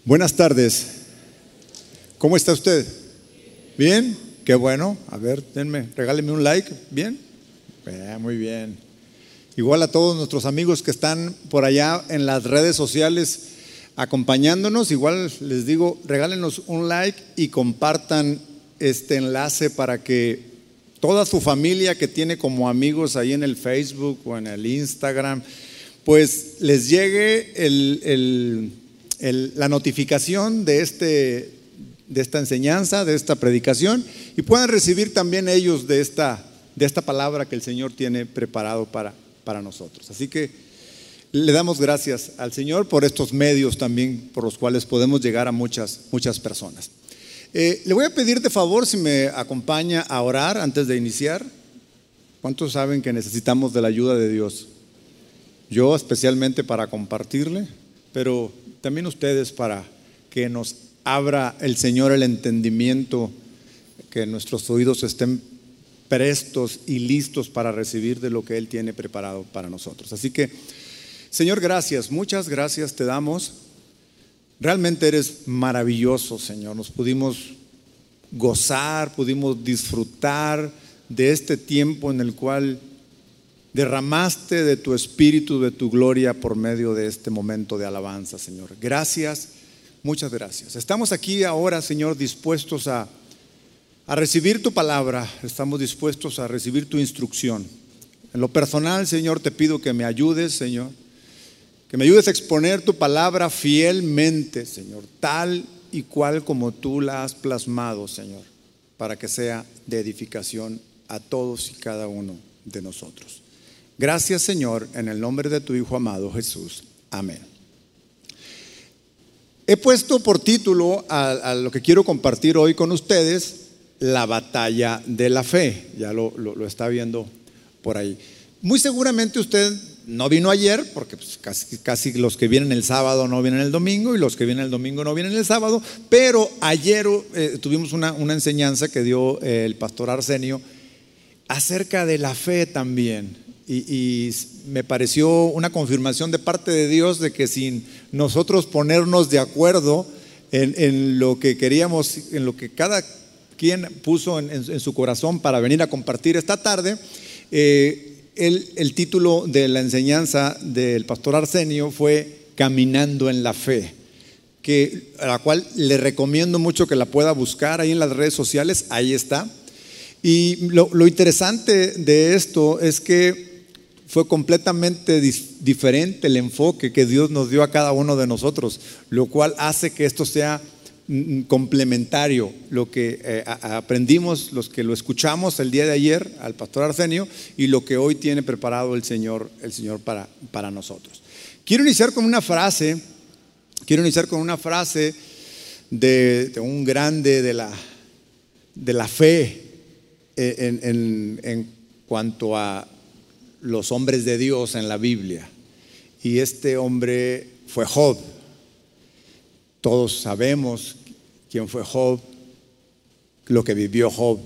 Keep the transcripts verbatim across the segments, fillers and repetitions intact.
Buenas tardes. ¿Cómo está usted? ¿Bien? Qué bueno. A ver, denme, regáleme un like. ¿Bien? Eh, muy bien. Igual a todos nuestros amigos que están por allá en las redes sociales acompañándonos, igual les digo, regálenos un like y compartan este enlace para que toda su familia que tiene como amigos ahí en el Facebook o en el Instagram, pues les llegue el, el, el, la notificación de, este, de esta enseñanza, de esta predicación, y puedan recibir también ellos de esta, de esta palabra que el Señor tiene preparado para, para nosotros. Así que le damos gracias al Señor por estos medios también por los cuales podemos llegar a muchas, muchas personas. Eh, le voy a pedir de favor si me acompaña a orar antes de iniciar. ¿Cuántos saben que necesitamos de la ayuda de Dios? Yo especialmente para compartirle, pero también ustedes para que nos abra el Señor el entendimiento, que nuestros oídos estén prestos y listos para recibir de lo que Él tiene preparado para nosotros. Así que, Señor, gracias, muchas gracias te damos. Realmente eres maravilloso, Señor. Nos pudimos gozar, pudimos disfrutar de este tiempo en el cual derramaste de tu espíritu, de tu gloria por medio de este momento de alabanza, Señor. Gracias, muchas gracias. Estamos aquí ahora, Señor, dispuestos a, a recibir tu palabra. Estamos dispuestos a recibir tu instrucción. En lo personal, Señor, te pido que me ayudes, Señor. Que me ayudes a exponer tu palabra fielmente, Señor, tal y cual como tú la has plasmado, Señor, para que sea de edificación a todos y cada uno de nosotros. Gracias, Señor, en el nombre de tu Hijo amado Jesús. Amén. He puesto por título a, a lo que quiero compartir hoy con ustedes, la batalla de la fe. Ya lo, lo, lo está viendo por ahí. Muy seguramente usted no vino ayer, porque pues casi, casi los que vienen el sábado no vienen el domingo, y los que vienen el domingo no vienen el sábado, pero ayer eh, tuvimos una, una enseñanza que dio eh, el pastor Arsenio acerca de la fe también, y, y me pareció una confirmación de parte de Dios de que sin nosotros ponernos de acuerdo en, en lo que queríamos, en lo que cada quien puso en, en, en su corazón para venir a compartir esta tarde, eh, El, el título de la enseñanza del pastor Arsenio fue Caminando en la Fe, que, a la cual le recomiendo mucho que la pueda buscar ahí en las redes sociales. Ahí está. Y lo, lo interesante de esto es que fue completamente dis, diferente el enfoque que Dios nos dio a cada uno de nosotros, lo cual hace que esto sea complementario. Lo que eh, aprendimos, los que lo escuchamos el día de ayer al pastor Arsenio, y lo que hoy tiene preparado el Señor, el Señor para, para nosotros. Quiero iniciar con una frase, quiero iniciar con una frase de, de un grande de la, de la fe en, en, en cuanto a los hombres de Dios en la Biblia. Y este hombre fue Job. Todos sabemos quién fue Job, lo que vivió Job.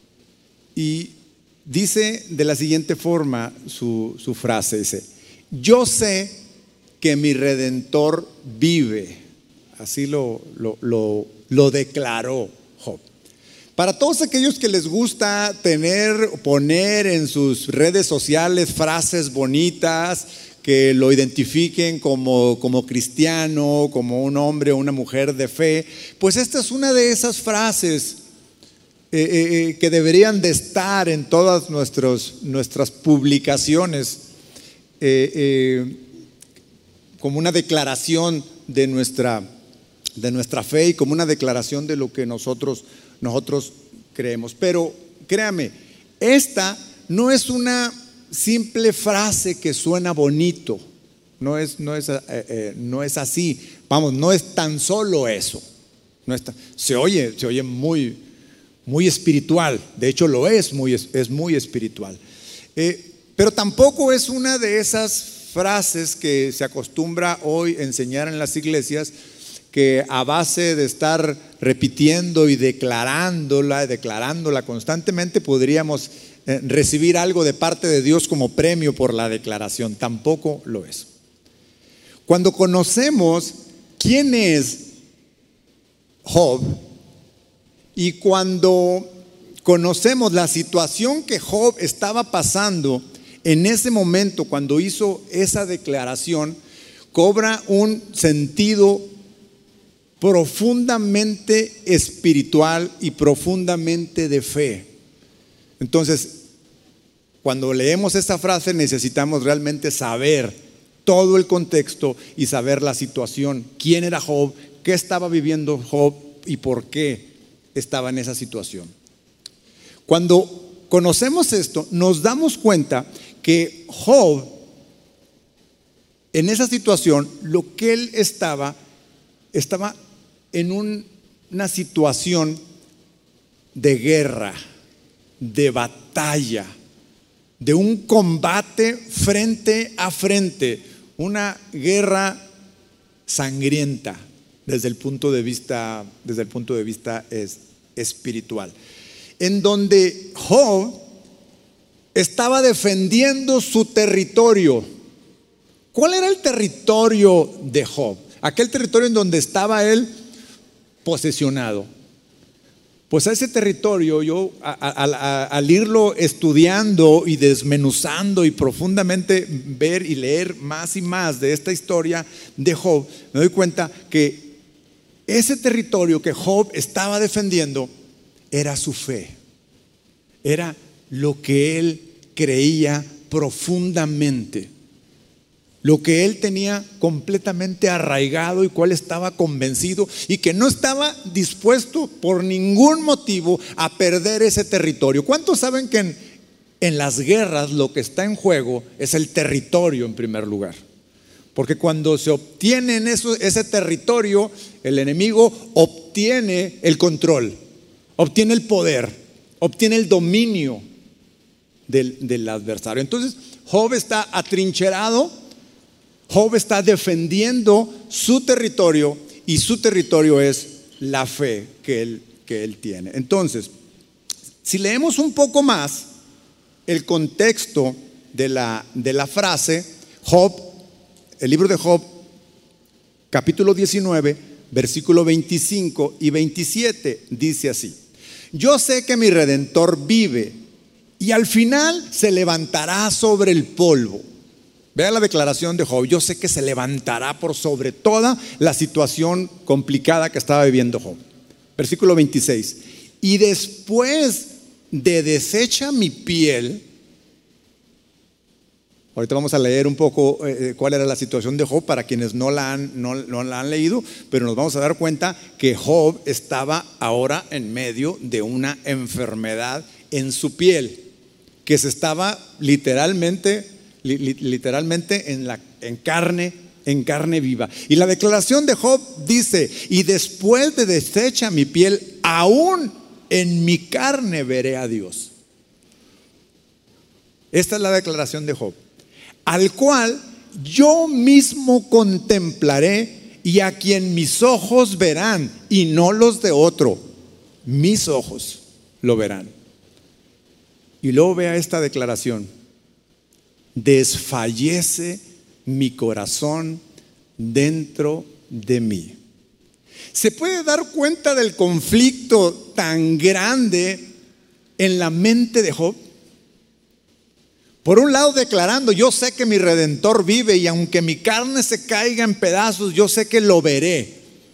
Y dice de la siguiente forma su, su frase, dice: yo sé que mi Redentor vive. Así lo, lo, lo, lo declaró Job. Para todos aquellos que les gusta tener, poner en sus redes sociales frases bonitas, que lo identifiquen como, como cristiano, como un hombre o una mujer de fe, pues esta es una de esas frases eh, eh, que deberían de estar en todas nuestros, nuestras publicaciones eh, eh, como una declaración de nuestra, de nuestra fe y como una declaración de lo que nosotros, nosotros creemos. Pero créame, esta no es una simple frase que suena bonito, no es, no es, eh, eh, no es así, vamos, no es tan solo eso, no es tan, se oye, se oye muy, muy espiritual, de hecho lo es, muy, es muy espiritual, eh, pero tampoco es una de esas frases que se acostumbra hoy enseñar en las iglesias, que a base de estar repitiendo y declarándola, declarándola constantemente podríamos recibir algo de parte de Dios como premio por la declaración. Tampoco lo es. Cuando conocemos quién es Job, y cuando conocemos la situación que Job estaba pasando en ese momento, cuando hizo esa declaración, cobra un sentido profundamente espiritual y profundamente de fe. Entonces, cuando leemos esta frase necesitamos realmente saber todo el contexto y saber la situación, quién era Job, qué estaba viviendo Job y por qué estaba en esa situación. Cuando conocemos esto, nos damos cuenta que Job, en esa situación, lo que él estaba, estaba en un, una situación de guerra, de batalla, de un combate frente a frente, una guerra sangrienta desde el punto de vista, desde el punto de vista es, espiritual, en donde Job estaba defendiendo su territorio. ¿Cuál era el territorio de Job? Aquel territorio en donde estaba él posesionado. Pues a ese territorio yo a, a, a, al irlo estudiando y desmenuzando y profundamente ver y leer más y más de esta historia de Job, me doy cuenta que ese territorio que Job estaba defendiendo era su fe, era lo que él creía profundamente, lo que él tenía completamente arraigado y cual estaba convencido y que no estaba dispuesto por ningún motivo a perder ese territorio. ¿Cuántos saben que en, en las guerras lo que está en juego es el territorio en primer lugar? Porque cuando se obtiene en eso, ese territorio, el enemigo obtiene el control, obtiene el poder, obtiene el dominio del, del adversario. Entonces Job está atrincherado, Job está defendiendo su territorio y su territorio es la fe que él, que él tiene. Entonces, si leemos un poco más el contexto de la, de la frase, Job, el libro de Job, capítulo diecinueve, versículo veinticinco y veintisiete, dice así: yo sé que mi Redentor vive y al final se levantará sobre el polvo. Vea la declaración de Job: yo sé que se levantará por sobre toda la situación complicada que estaba viviendo Job. Versículo veintiséis: y después de deshecha mi piel. Ahorita vamos a leer un poco eh, cuál era la situación de Job para quienes no la, han, no, no la han leído, pero nos vamos a dar cuenta que Job estaba ahora en medio de una enfermedad en su piel, que se estaba literalmente, li, literalmente en, la, en, carne, en carne viva. Y la declaración de Job dice: y después de deshecha mi piel, aún en mi carne veré a Dios. Esta es la declaración de Job: al cual yo mismo contemplaré y a quien mis ojos verán y no los de otro, mis ojos lo verán. Y luego vea esta declaración: desfallece mi corazón dentro de mí. ¿Se puede dar cuenta del conflicto tan grande en la mente de Job? Por un lado declarando: yo sé que mi Redentor vive y aunque mi carne se caiga en pedazos, yo sé que lo veré.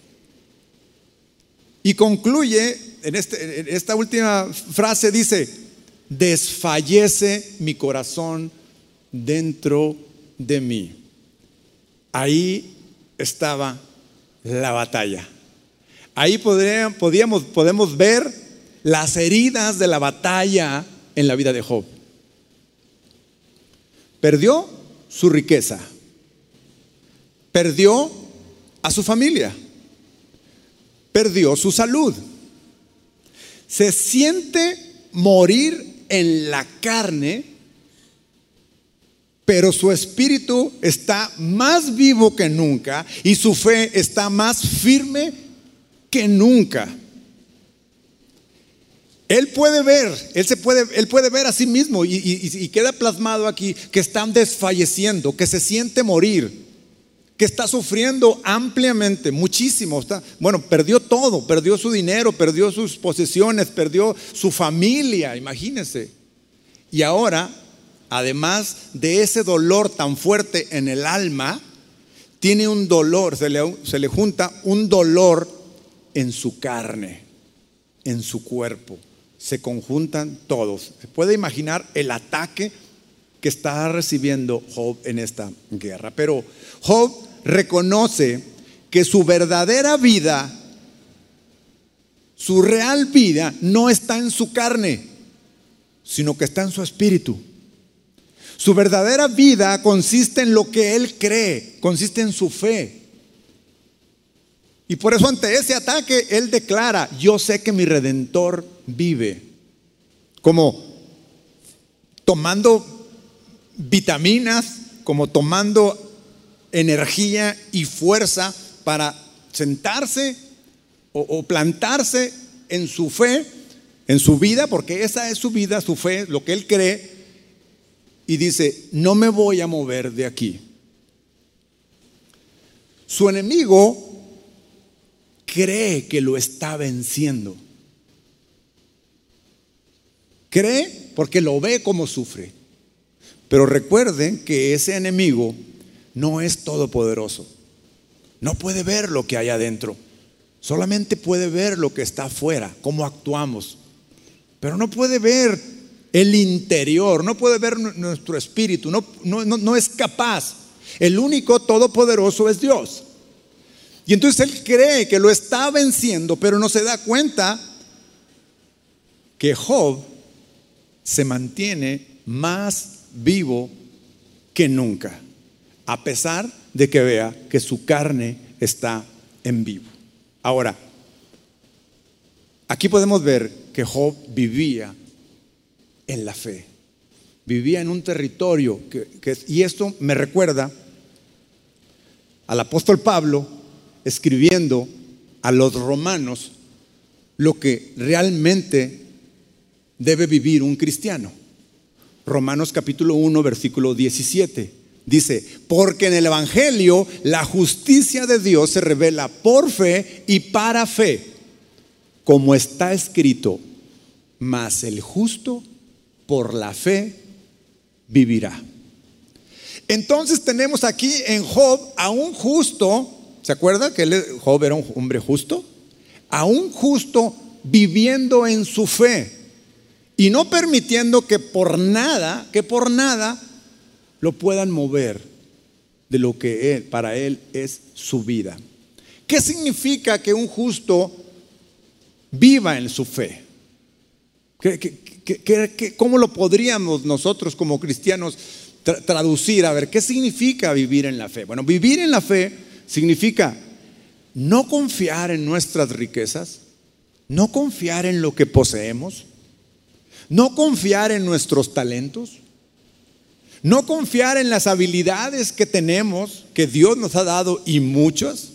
Y concluye en, este, en esta última frase, dice: desfallece mi corazón dentro de mí. Ahí estaba la batalla. Ahí podríamos, podíamos, podemos ver las heridas de la batalla en la vida de Job. Perdió su riqueza, perdió a su familia, perdió su salud. Se siente morir en la carne, pero su espíritu está más vivo que nunca y su fe está más firme que nunca. Él puede ver, él, se puede, él puede ver a sí mismo y, y, y queda plasmado aquí que están desfalleciendo, que se siente morir. que está sufriendo ampliamente, muchísimo. Está, bueno, perdió todo, perdió su dinero, perdió sus posesiones, perdió su familia, imagínense. Y ahora, además de ese dolor tan fuerte en el alma, tiene un dolor, se le, se le junta un dolor en su carne, en su cuerpo. Se conjuntan todos. Se puede imaginar el ataque que está recibiendo Job en esta guerra. Pero Job reconoce que su verdadera vida, su real vida, no está en su carne, sino que está en su espíritu. Su verdadera vida consiste en lo que él cree, consiste en su fe. Y por eso ante ese ataque él declara: yo sé que mi Redentor vive. Como tomando vitaminas, como tomando energía y fuerza para sentarse o, o plantarse en su fe, en su vida, porque esa es su vida, su fe, lo que él cree. Y dice: no me voy a mover de aquí. Su enemigo cree que lo está venciendo. Cree porque lo ve como sufre. Pero recuerden que ese enemigo no es todopoderoso. No puede ver lo que hay adentro. Solamente puede ver lo que está afuera, cómo actuamos. Pero no puede ver el interior, no puede ver nuestro espíritu, no, no, no, no es capaz. El único todopoderoso es Dios. Y entonces él cree que lo está venciendo, pero no se da cuenta que Job se mantiene más vivo que nunca, a pesar de que vea que su carne está en vivo. Ahora, aquí podemos ver que Job vivía en la fe, vivía en un territorio que, que, y esto me recuerda al apóstol Pablo escribiendo a los romanos lo que realmente debe vivir un cristiano. Romanos capítulo uno versículo diecisiete dice: porque en el evangelio la justicia de Dios se revela por fe y para fe, como está escrito: mas el justo por la fe vivirá. Entonces tenemos aquí en Job a un justo. ¿Se acuerda que él, Job era un hombre justo? A un justo viviendo en su fe y no permitiendo que por nada, que por nada lo puedan mover de lo que él, para él es su vida. ¿Qué significa que un justo viva en su fe? ¿Qué, qué, qué, qué, qué, ¿Cómo lo podríamos nosotros como cristianos tra- traducir? A ver, ¿qué significa vivir en la fe? Bueno, vivir en la fe significa no confiar en nuestras riquezas, no confiar en lo que poseemos, no confiar en nuestros talentos, no confiar en las habilidades que tenemos, que Dios nos ha dado y muchas.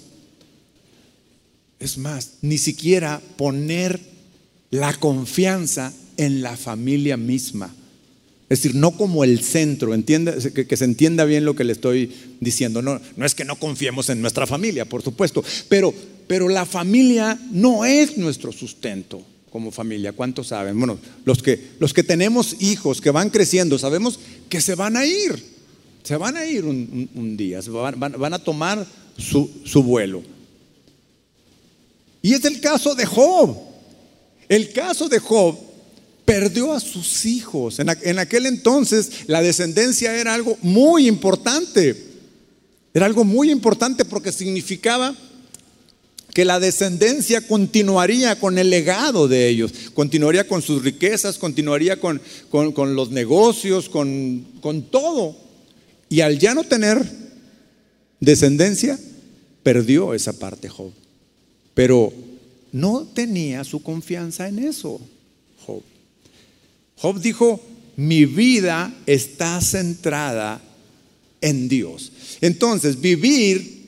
Es más, ni siquiera poner la confianza en la familia misma. Es decir, no como el centro, entienda, que, que se entienda bien lo que le estoy diciendo. No, no es que no confiemos en nuestra familia, por supuesto, pero, pero la familia no es nuestro sustento como familia. ¿Cuántos saben? Bueno, los que, los que tenemos hijos que van creciendo, sabemos que se van a ir, se van a ir un, un, un día, van, van, van a tomar su, su vuelo. Y es el caso de Job. El caso de Job perdió a sus hijos. En, en aquel entonces la descendencia era algo muy importante. Era algo muy importante porque significaba que la descendencia continuaría con el legado de ellos, continuaría con sus riquezas, continuaría con, con, con los negocios, con, con todo. Y al ya no tener descendencia, perdió esa parte Job. Pero no tenía su confianza en eso, Job. Job dijo: mi vida está centrada en Dios. Entonces, vivir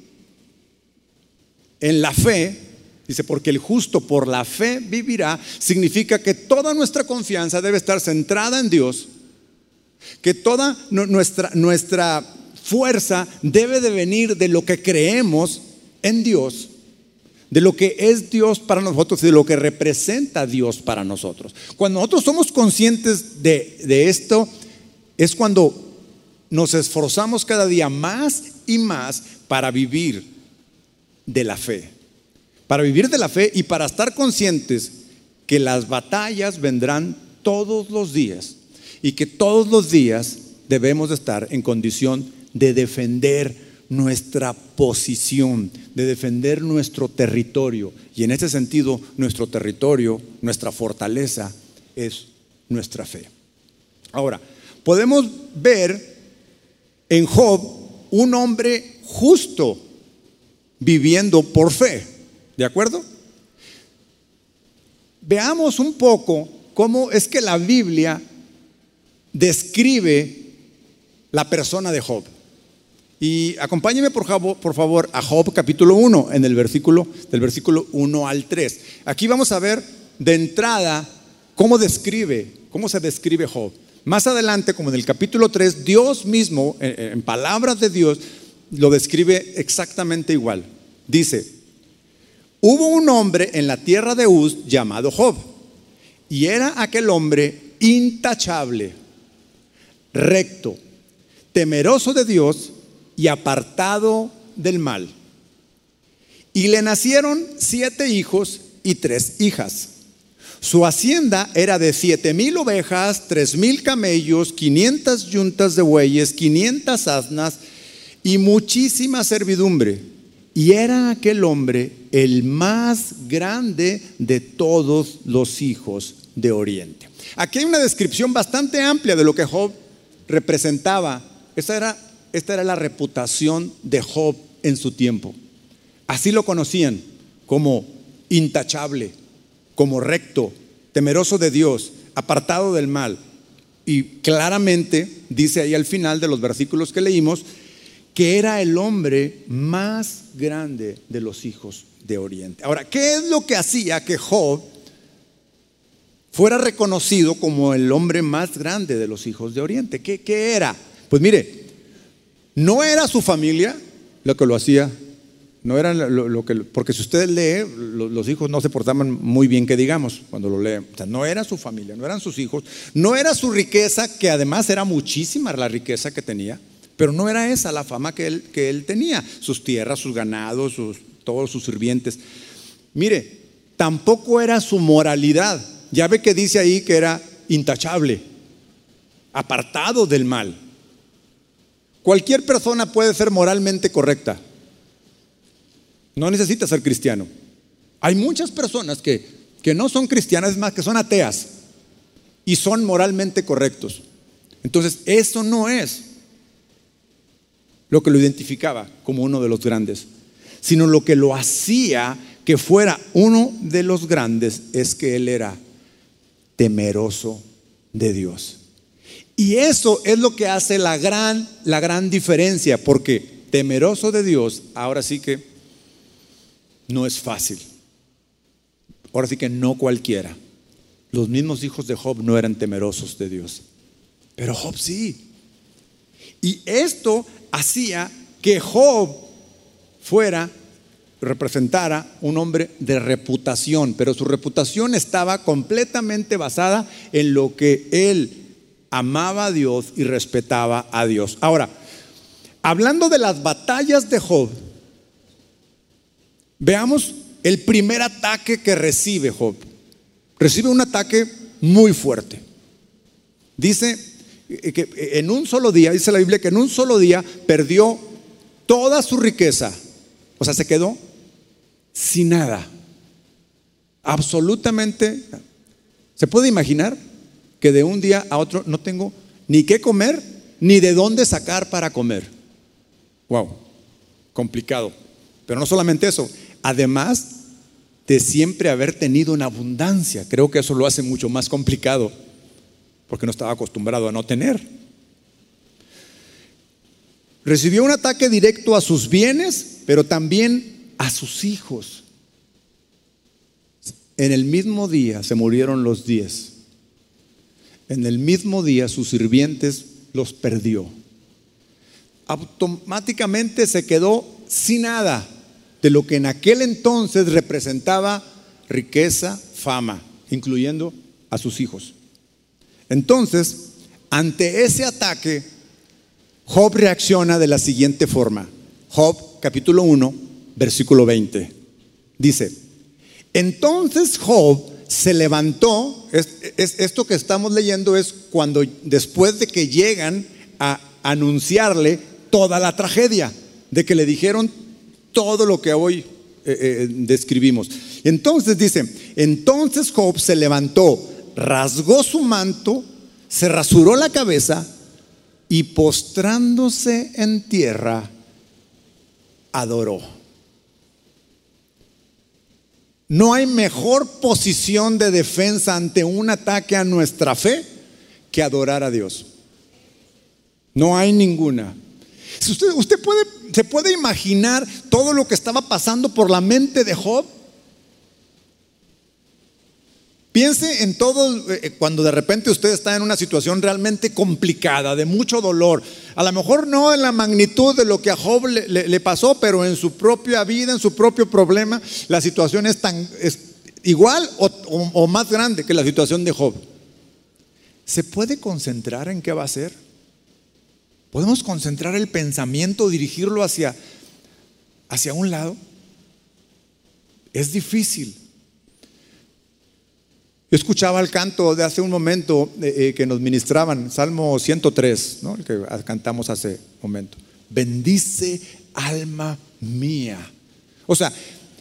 en la fe, dice, porque el justo por la fe vivirá, significa que toda nuestra confianza debe estar centrada en Dios, que toda nuestra, nuestra fuerza debe de venir de lo que creemos en Dios, de lo que es Dios para nosotros y de lo que representa Dios para nosotros. Cuando nosotros somos conscientes de, de esto, es cuando nos esforzamos cada día más y más para vivir de la fe. Para vivir de la fe y para estar conscientes que las batallas vendrán todos los días y que todos los días debemos de estar en condición de defender nuestra posición, de defender nuestro territorio. Y en ese sentido, nuestro territorio, nuestra fortaleza es nuestra fe. Ahora, podemos ver en Job un hombre justo viviendo por fe, ¿de acuerdo? Veamos un poco cómo es que la Biblia describe la persona de Job. Y acompáñeme por favor, por favor a Job capítulo uno, en el versículo, del versículo uno al tres. Aquí vamos a ver de entrada cómo describe, cómo se describe Job. Más adelante, como en el capítulo tres, Dios mismo, en, en palabras de Dios, lo describe exactamente igual. Dice: hubo un hombre en la tierra de Uz llamado Job, y era aquel hombre intachable, recto, temeroso de Dios y apartado del mal. Y le nacieron siete hijos y tres hijas. Su hacienda era de siete mil ovejas, tres mil camellos, quinientas yuntas de bueyes, quinientas asnas y muchísima servidumbre. Y era aquel hombre el más grande de todos los hijos de Oriente. Aquí hay una descripción bastante amplia de lo que Job representaba. Esta era Esta era la reputación de Job en su tiempo. Así lo conocían, como intachable, como recto, temeroso de Dios, apartado del mal. Y claramente dice ahí al final de los versículos que leímos que era el hombre más grande de los hijos de Oriente. Ahora, ¿qué es lo que hacía que Job fuera reconocido como el hombre más grande de los hijos de Oriente? ¿Qué, qué era? Pues mire, no era su familia lo que lo hacía, no era lo, lo que, porque si usted lee, lo, los hijos no se portaban muy bien, que digamos, cuando lo leen. O sea, no era su familia, no eran sus hijos, no era su riqueza, que además era muchísima la riqueza que tenía, pero no era esa la fama que él, que él tenía, sus tierras, sus ganados, sus, todos sus sirvientes. Mire, tampoco era su moralidad. Ya ve que dice ahí que era intachable, apartado del mal. Cualquier persona puede ser moralmente correcta. No necesita ser cristiano. Hay muchas personas que, que no son cristianas, es más, que son ateas y son moralmente correctos. Entonces, eso no es lo que lo identificaba como uno de los grandes, sino lo que lo hacía que fuera uno de los grandes es que él era temeroso de Dios. Y eso es lo que hace la gran, la gran diferencia, porque temeroso de Dios, ahora sí que no es fácil. Ahora sí que no cualquiera. Los mismos hijos de Job no eran temerosos de Dios, pero Job sí. Y esto hacía que Job fuera, representara un hombre de reputación, pero su reputación estaba completamente basada en lo que él amaba a Dios y respetaba a Dios. Ahora, hablando de las batallas de Job, veamos el primer ataque que recibe Job. Recibe un ataque muy fuerte. Dice que en un solo día, dice la Biblia, que en un solo día perdió toda su riqueza. O sea, se quedó sin nada. Absolutamente. ¿Se puede imaginar que de un día a otro no tengo ni qué comer, ni de dónde sacar para comer? Wow, complicado. Pero no solamente eso, además de siempre haber tenido una abundancia, creo que eso lo hace mucho más complicado, porque no estaba acostumbrado a no tener. Recibió un ataque directo a sus bienes, pero también a sus hijos. En el mismo día se murieron los diez. En el mismo día sus sirvientes los perdió. automáticamente se quedó sin nada de lo que en aquel entonces representaba riqueza, fama, incluyendo a sus hijos. Entonces, ante ese ataque, Job reacciona de la siguiente forma. Job capítulo uno, versículo veinte. Dice: entonces Job se levantó. Es, es, esto que estamos leyendo es cuando, después de que llegan a anunciarle toda la tragedia, de que le dijeron todo lo que hoy eh, eh, describimos. Entonces dice: entonces Job se levantó, rasgó su manto, se rasuró la cabeza y postrándose en tierra, adoró. No hay mejor posición de defensa ante un ataque a nuestra fe que adorar a Dios. No hay ninguna. Si usted, usted puede, se puede imaginar todo lo que estaba pasando por la mente de Job. Piense en todo, eh, cuando de repente usted está en una situación realmente complicada, de mucho dolor. A lo mejor no en la magnitud de lo que a Job le, le, le pasó, pero en su propia vida, en su propio problema, la situación es tan es igual o, o, o más grande que la situación de Job. ¿Se puede concentrar en qué va a hacer? ¿Podemos concentrar el pensamiento, dirigirlo hacia, hacia un lado? Es difícil. Yo escuchaba el canto de hace un momento eh, que nos ministraban, Salmo ciento tres, ¿no? El que cantamos hace un momento. Bendice alma mía. O sea,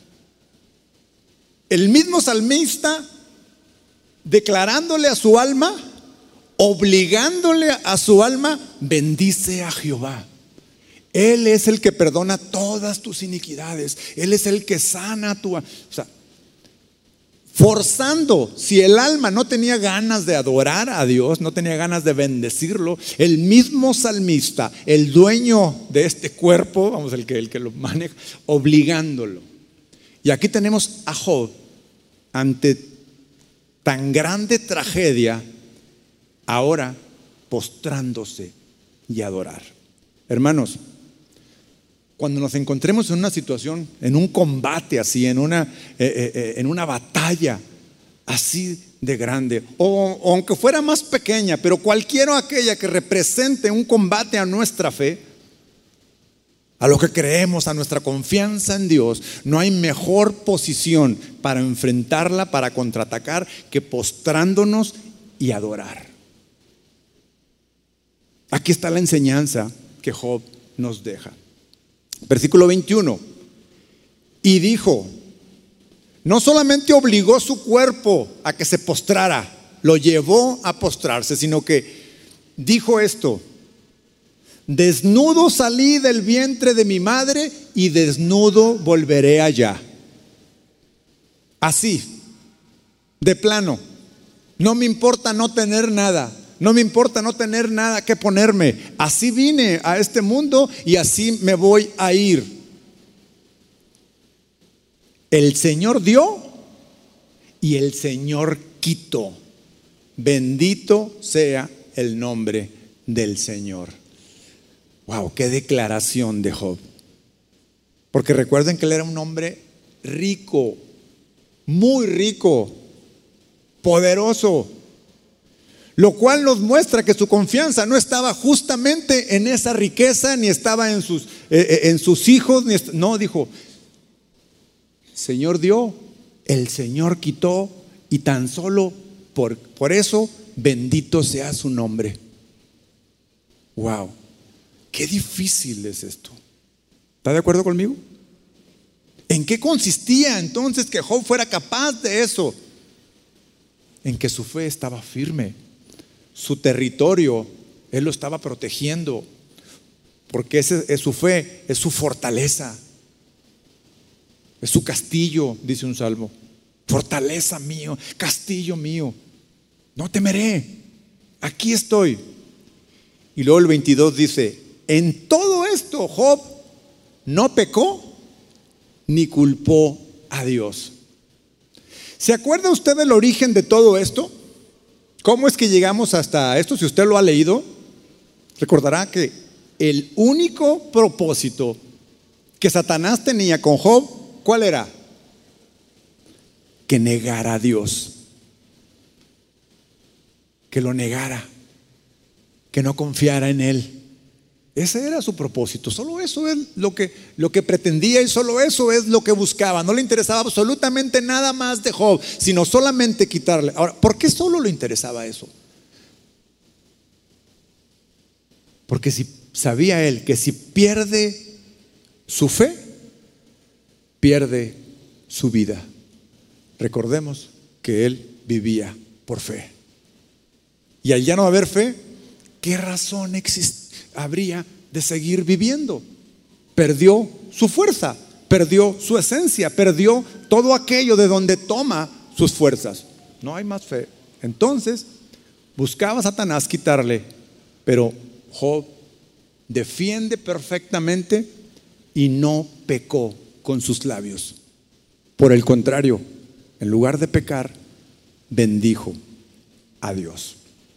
el mismo salmista declarándole a su alma, obligándole a su alma, bendice a Jehová. Él es el que perdona todas tus iniquidades. Él es el que sana tu... O sea, forzando, si el alma no tenía ganas de adorar a Dios, no tenía ganas de bendecirlo, el mismo salmista, el dueño de este cuerpo, vamos, el que, el que lo maneja, obligándolo. Y aquí tenemos a Job ante tan grande tragedia, ahora postrándose y adorar. Hermanos, cuando nos encontremos en una situación, en un combate así, en una, eh, eh, en una batalla así de grande, o, o aunque fuera más pequeña, pero cualquiera aquella que represente un combate a nuestra fe, a lo que creemos, a nuestra confianza en Dios, no hay mejor posición para enfrentarla, para contraatacar, que postrándonos y adorar. Aquí está la enseñanza que Job nos deja. Versículo veintiuno. Y dijo, no solamente obligó su cuerpo a que se postrara, lo llevó a postrarse, sino que dijo esto: desnudo salí del vientre de mi madre y desnudo volveré allá. Así, de plano, no me importa no tener nada. No me importa no tener nada que ponerme. Así vine a este mundo y así me voy a ir. El Señor dio y el Señor quitó. Bendito sea el nombre del Señor. Wow, qué declaración de Job. Porque recuerden que él era un hombre rico, muy rico, poderoso. Lo cual nos muestra que su confianza no estaba justamente en esa riqueza, ni estaba en sus, eh, en sus hijos. Ni est- no, dijo, el Señor dio, el Señor quitó, y tan solo por, por eso bendito sea su nombre. Wow, qué difícil es esto. ¿Está de acuerdo conmigo? ¿En qué consistía entonces que Job fuera capaz de eso? En que su fe estaba firme. Su territorio, él lo estaba protegiendo, porque ese es su fe, es su fortaleza, es su castillo, dice un salmo. Fortaleza mío, castillo mío, no temeré, aquí estoy. Y luego el veintidós dice, en todo esto Job no pecó ni culpó a Dios. ¿Se acuerda usted del origen de todo esto? ¿Cómo es que llegamos hasta esto? Si usted lo ha leído, recordará que el único propósito que Satanás tenía con Job, ¿cuál era? Que negara a Dios, que lo negara, que no confiara en Él. Ese era su propósito. Solo eso es lo que, lo que pretendía y solo eso es lo que buscaba. No le interesaba absolutamente nada más de Job, sino solamente quitarle. Ahora, ¿por qué solo le interesaba eso? Porque si sabía él que si pierde su fe, pierde su vida. Recordemos que él vivía por fe. Y al ya no haber fe, ¿qué razón existe? Habría de seguir viviendo. Perdió su fuerza, perdió su esencia, perdió todo aquello de donde toma sus fuerzas. No hay más fe. Entonces buscaba a Satanás quitarle, pero Job defiende perfectamente y no pecó con sus labios. Por el contrario, en lugar de pecar, bendijo a Dios.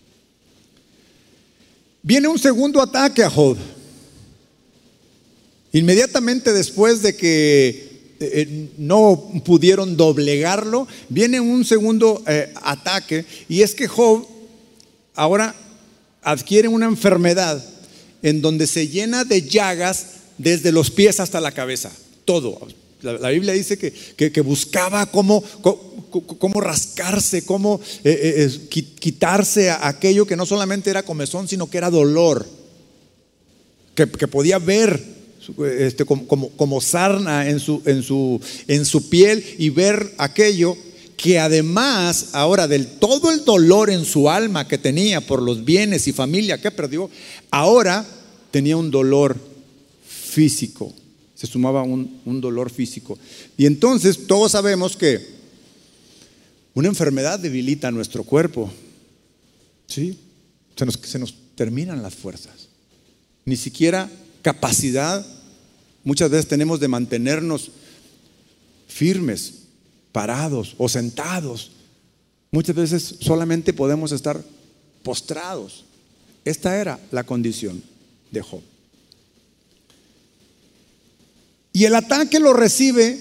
Viene un segundo ataque a Job. Inmediatamente después de que eh, no pudieron doblegarlo, viene un segundo eh, ataque, y es que Job ahora adquiere una enfermedad en donde se llena de llagas desde los pies hasta la cabeza, todo. La, la Biblia dice que, que, que buscaba cómo, cómo, cómo rascarse, cómo eh, eh, quitarse aquello que no solamente era comezón, sino que era dolor, que, que podía ver este, como, como, como sarna en su, en, su, en su piel, y ver aquello que además ahora del todo el dolor en su alma que tenía por los bienes y familia que perdió, ahora tenía un dolor físico. Se sumaba un, un dolor físico. Y entonces todos sabemos que una enfermedad debilita nuestro cuerpo. ¿Sí? Se nos, se nos terminan las fuerzas. Ni siquiera capacidad muchas veces tenemos de mantenernos firmes, parados o sentados. Muchas veces solamente podemos estar postrados. Esta era la condición de Job. Y el ataque lo recibe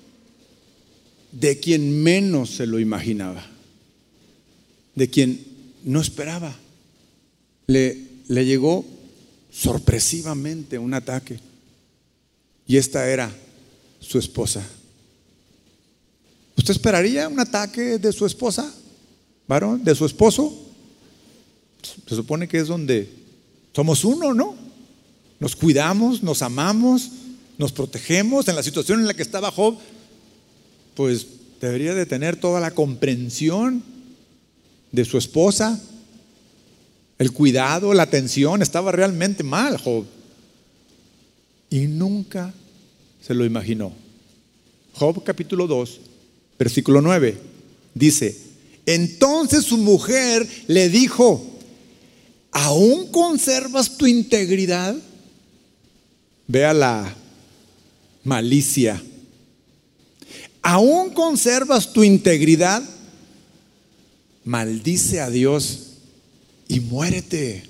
de quien menos se lo imaginaba, de quien no esperaba. Le, le llegó sorpresivamente un ataque, y esta era su esposa. ¿Usted esperaría un ataque de su esposa, varón, de su esposo? Se supone que es donde somos uno, ¿no? Nos cuidamos, nos amamos, nos protegemos. En la situación en la que estaba Job, pues debería de tener toda la comprensión de su esposa, el cuidado, la atención. Estaba realmente mal Job, y nunca se lo imaginó. Job capítulo dos, versículo nueve, dice: entonces su mujer le dijo: ¿aún conservas tu integridad? Vea la malicia. ¿Aún conservas tu integridad? Maldice a Dios y muérete.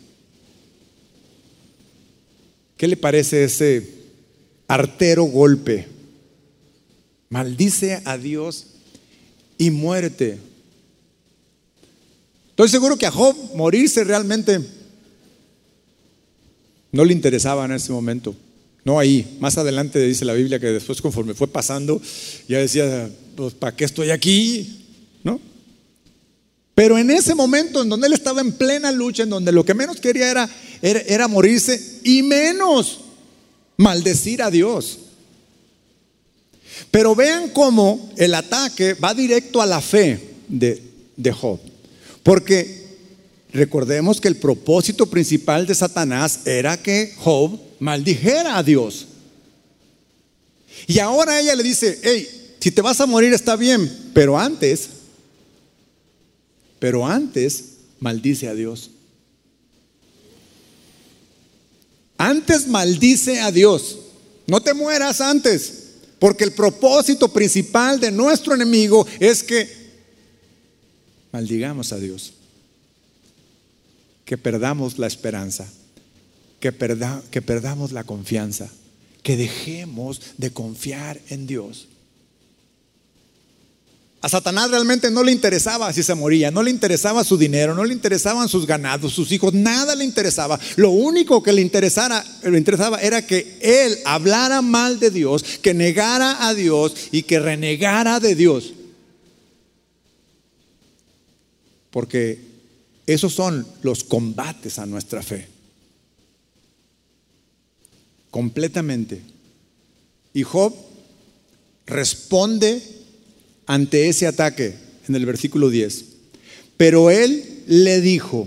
¿Qué le parece ese artero golpe? Maldice a Dios y muérete. Estoy seguro que a Job morirse realmente no le interesaba en ese momento. No ahí. Más adelante dice la Biblia que después, conforme fue pasando, ya decía: pues ¿para qué estoy aquí? ¿No? Pero en ese momento en donde él estaba en plena lucha, en donde lo que menos quería era, era, era morirse, y menos maldecir a Dios. Pero vean cómo el ataque va directo a la fe de, de Job. Porque recordemos que el propósito principal de Satanás era que Job maldijera a Dios. Y ahora ella le dice: hey, si te vas a morir está bien, pero antes, pero antes maldice a Dios. Antes maldice a Dios. No te mueras antes. Porque el propósito principal de nuestro enemigo es que maldigamos a Dios, que perdamos la esperanza. que, perda, que perdamos la confianza, que dejemos de confiar en Dios. A Satanás realmente no le interesaba si se moría, no le interesaba su dinero, no le interesaban sus ganados, sus hijos, nada le interesaba. Lo único que le interesara, le interesaba era que él hablara mal de Dios, que negara a Dios y que renegara de Dios. Porque esos son los combates a nuestra fe. Completamente. Y Job responde ante ese ataque en el versículo diez. Pero él le dijo: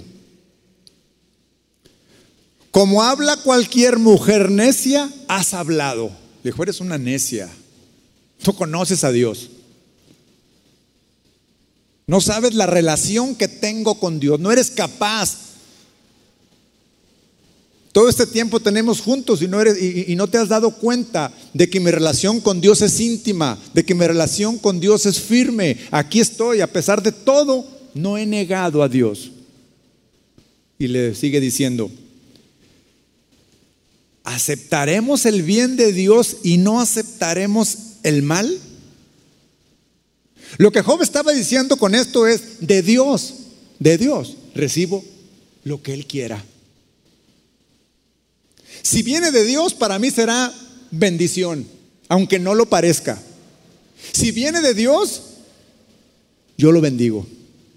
como habla cualquier mujer necia, has hablado. Le dijo: eres una necia, no conoces a Dios, no sabes la relación que tengo con Dios, no eres capaz. Todo este tiempo tenemos juntos y no, eres, y, y no te has dado cuenta de que mi relación con Dios es íntima, de que mi relación con Dios es firme. Aquí estoy, a pesar de todo, no he negado a Dios. Y le sigue diciendo: ¿aceptaremos el bien de Dios y no aceptaremos el mal? Lo que Job estaba diciendo con esto es: de Dios, de Dios recibo lo que Él quiera. Si viene de Dios, para mí será bendición, aunque no lo parezca. Si viene de Dios, yo lo bendigo.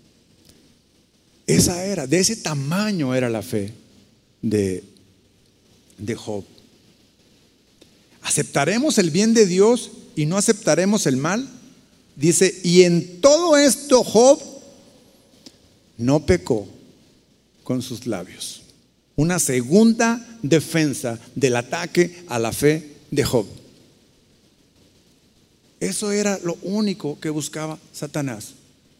Esa era, de ese tamaño era la fe de, de Job. ¿Aceptaremos el bien de Dios y no aceptaremos el mal? Dice: y en todo esto Job no pecó con sus labios. Una segunda defensa del ataque a la fe de Job. Eso era lo único que buscaba Satanás: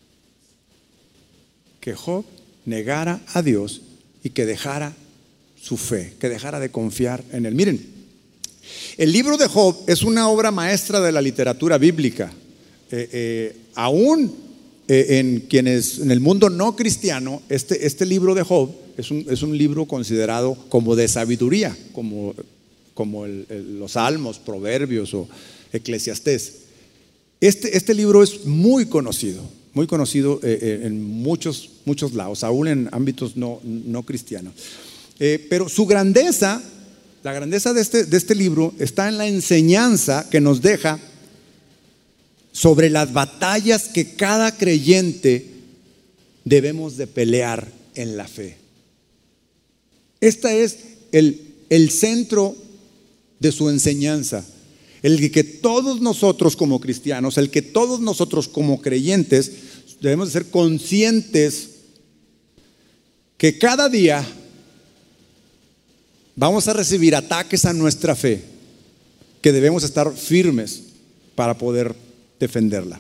que Job negara a Dios y que dejara su fe, que dejara de confiar en Él. Miren, el libro de Job es una obra maestra de la literatura bíblica. Eh, eh, aún eh, en quienes, en el mundo no cristiano, este, este libro de Job es un, es un libro considerado como de sabiduría, como, como el, el, los Salmos, Proverbios o Eclesiastés. Este, este libro es muy conocido, muy conocido eh, en muchos, muchos lados, aún en ámbitos no, no cristianos. Eh, pero su grandeza, la grandeza de este, de este libro está en la enseñanza que nos deja sobre las batallas que cada creyente debemos de pelear en la fe. Este es el, el centro de su enseñanza, el que todos nosotros como cristianos, el que todos nosotros como creyentes debemos de ser conscientes que cada día vamos a recibir ataques a nuestra fe, que debemos estar firmes para poder defenderla.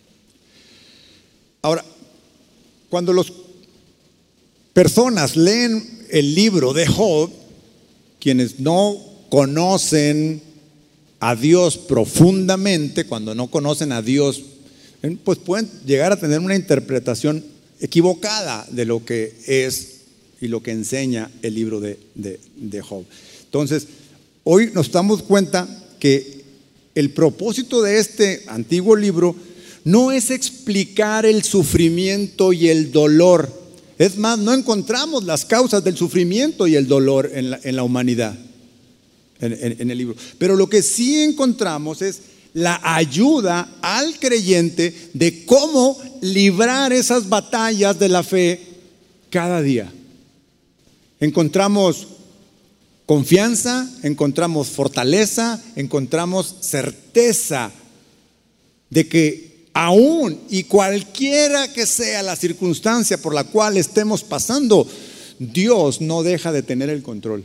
Ahora, cuando las personas leen el libro de Job, quienes no conocen a Dios profundamente, cuando no conocen a Dios, pues pueden llegar a tener una interpretación equivocada de lo que es y lo que enseña el libro de, de, de Job. Entonces, hoy nos damos cuenta que el propósito de este antiguo libro no es explicar el sufrimiento y el dolor. Es más, no encontramos las causas del sufrimiento y el dolor en la, en la humanidad, en, en, en el libro. Pero lo que sí encontramos es la ayuda al creyente de cómo librar esas batallas de la fe cada día. Encontramos confianza, encontramos fortaleza, encontramos certeza de que aún y cualquiera que sea la circunstancia por la cual estemos pasando, Dios no deja de tener el control.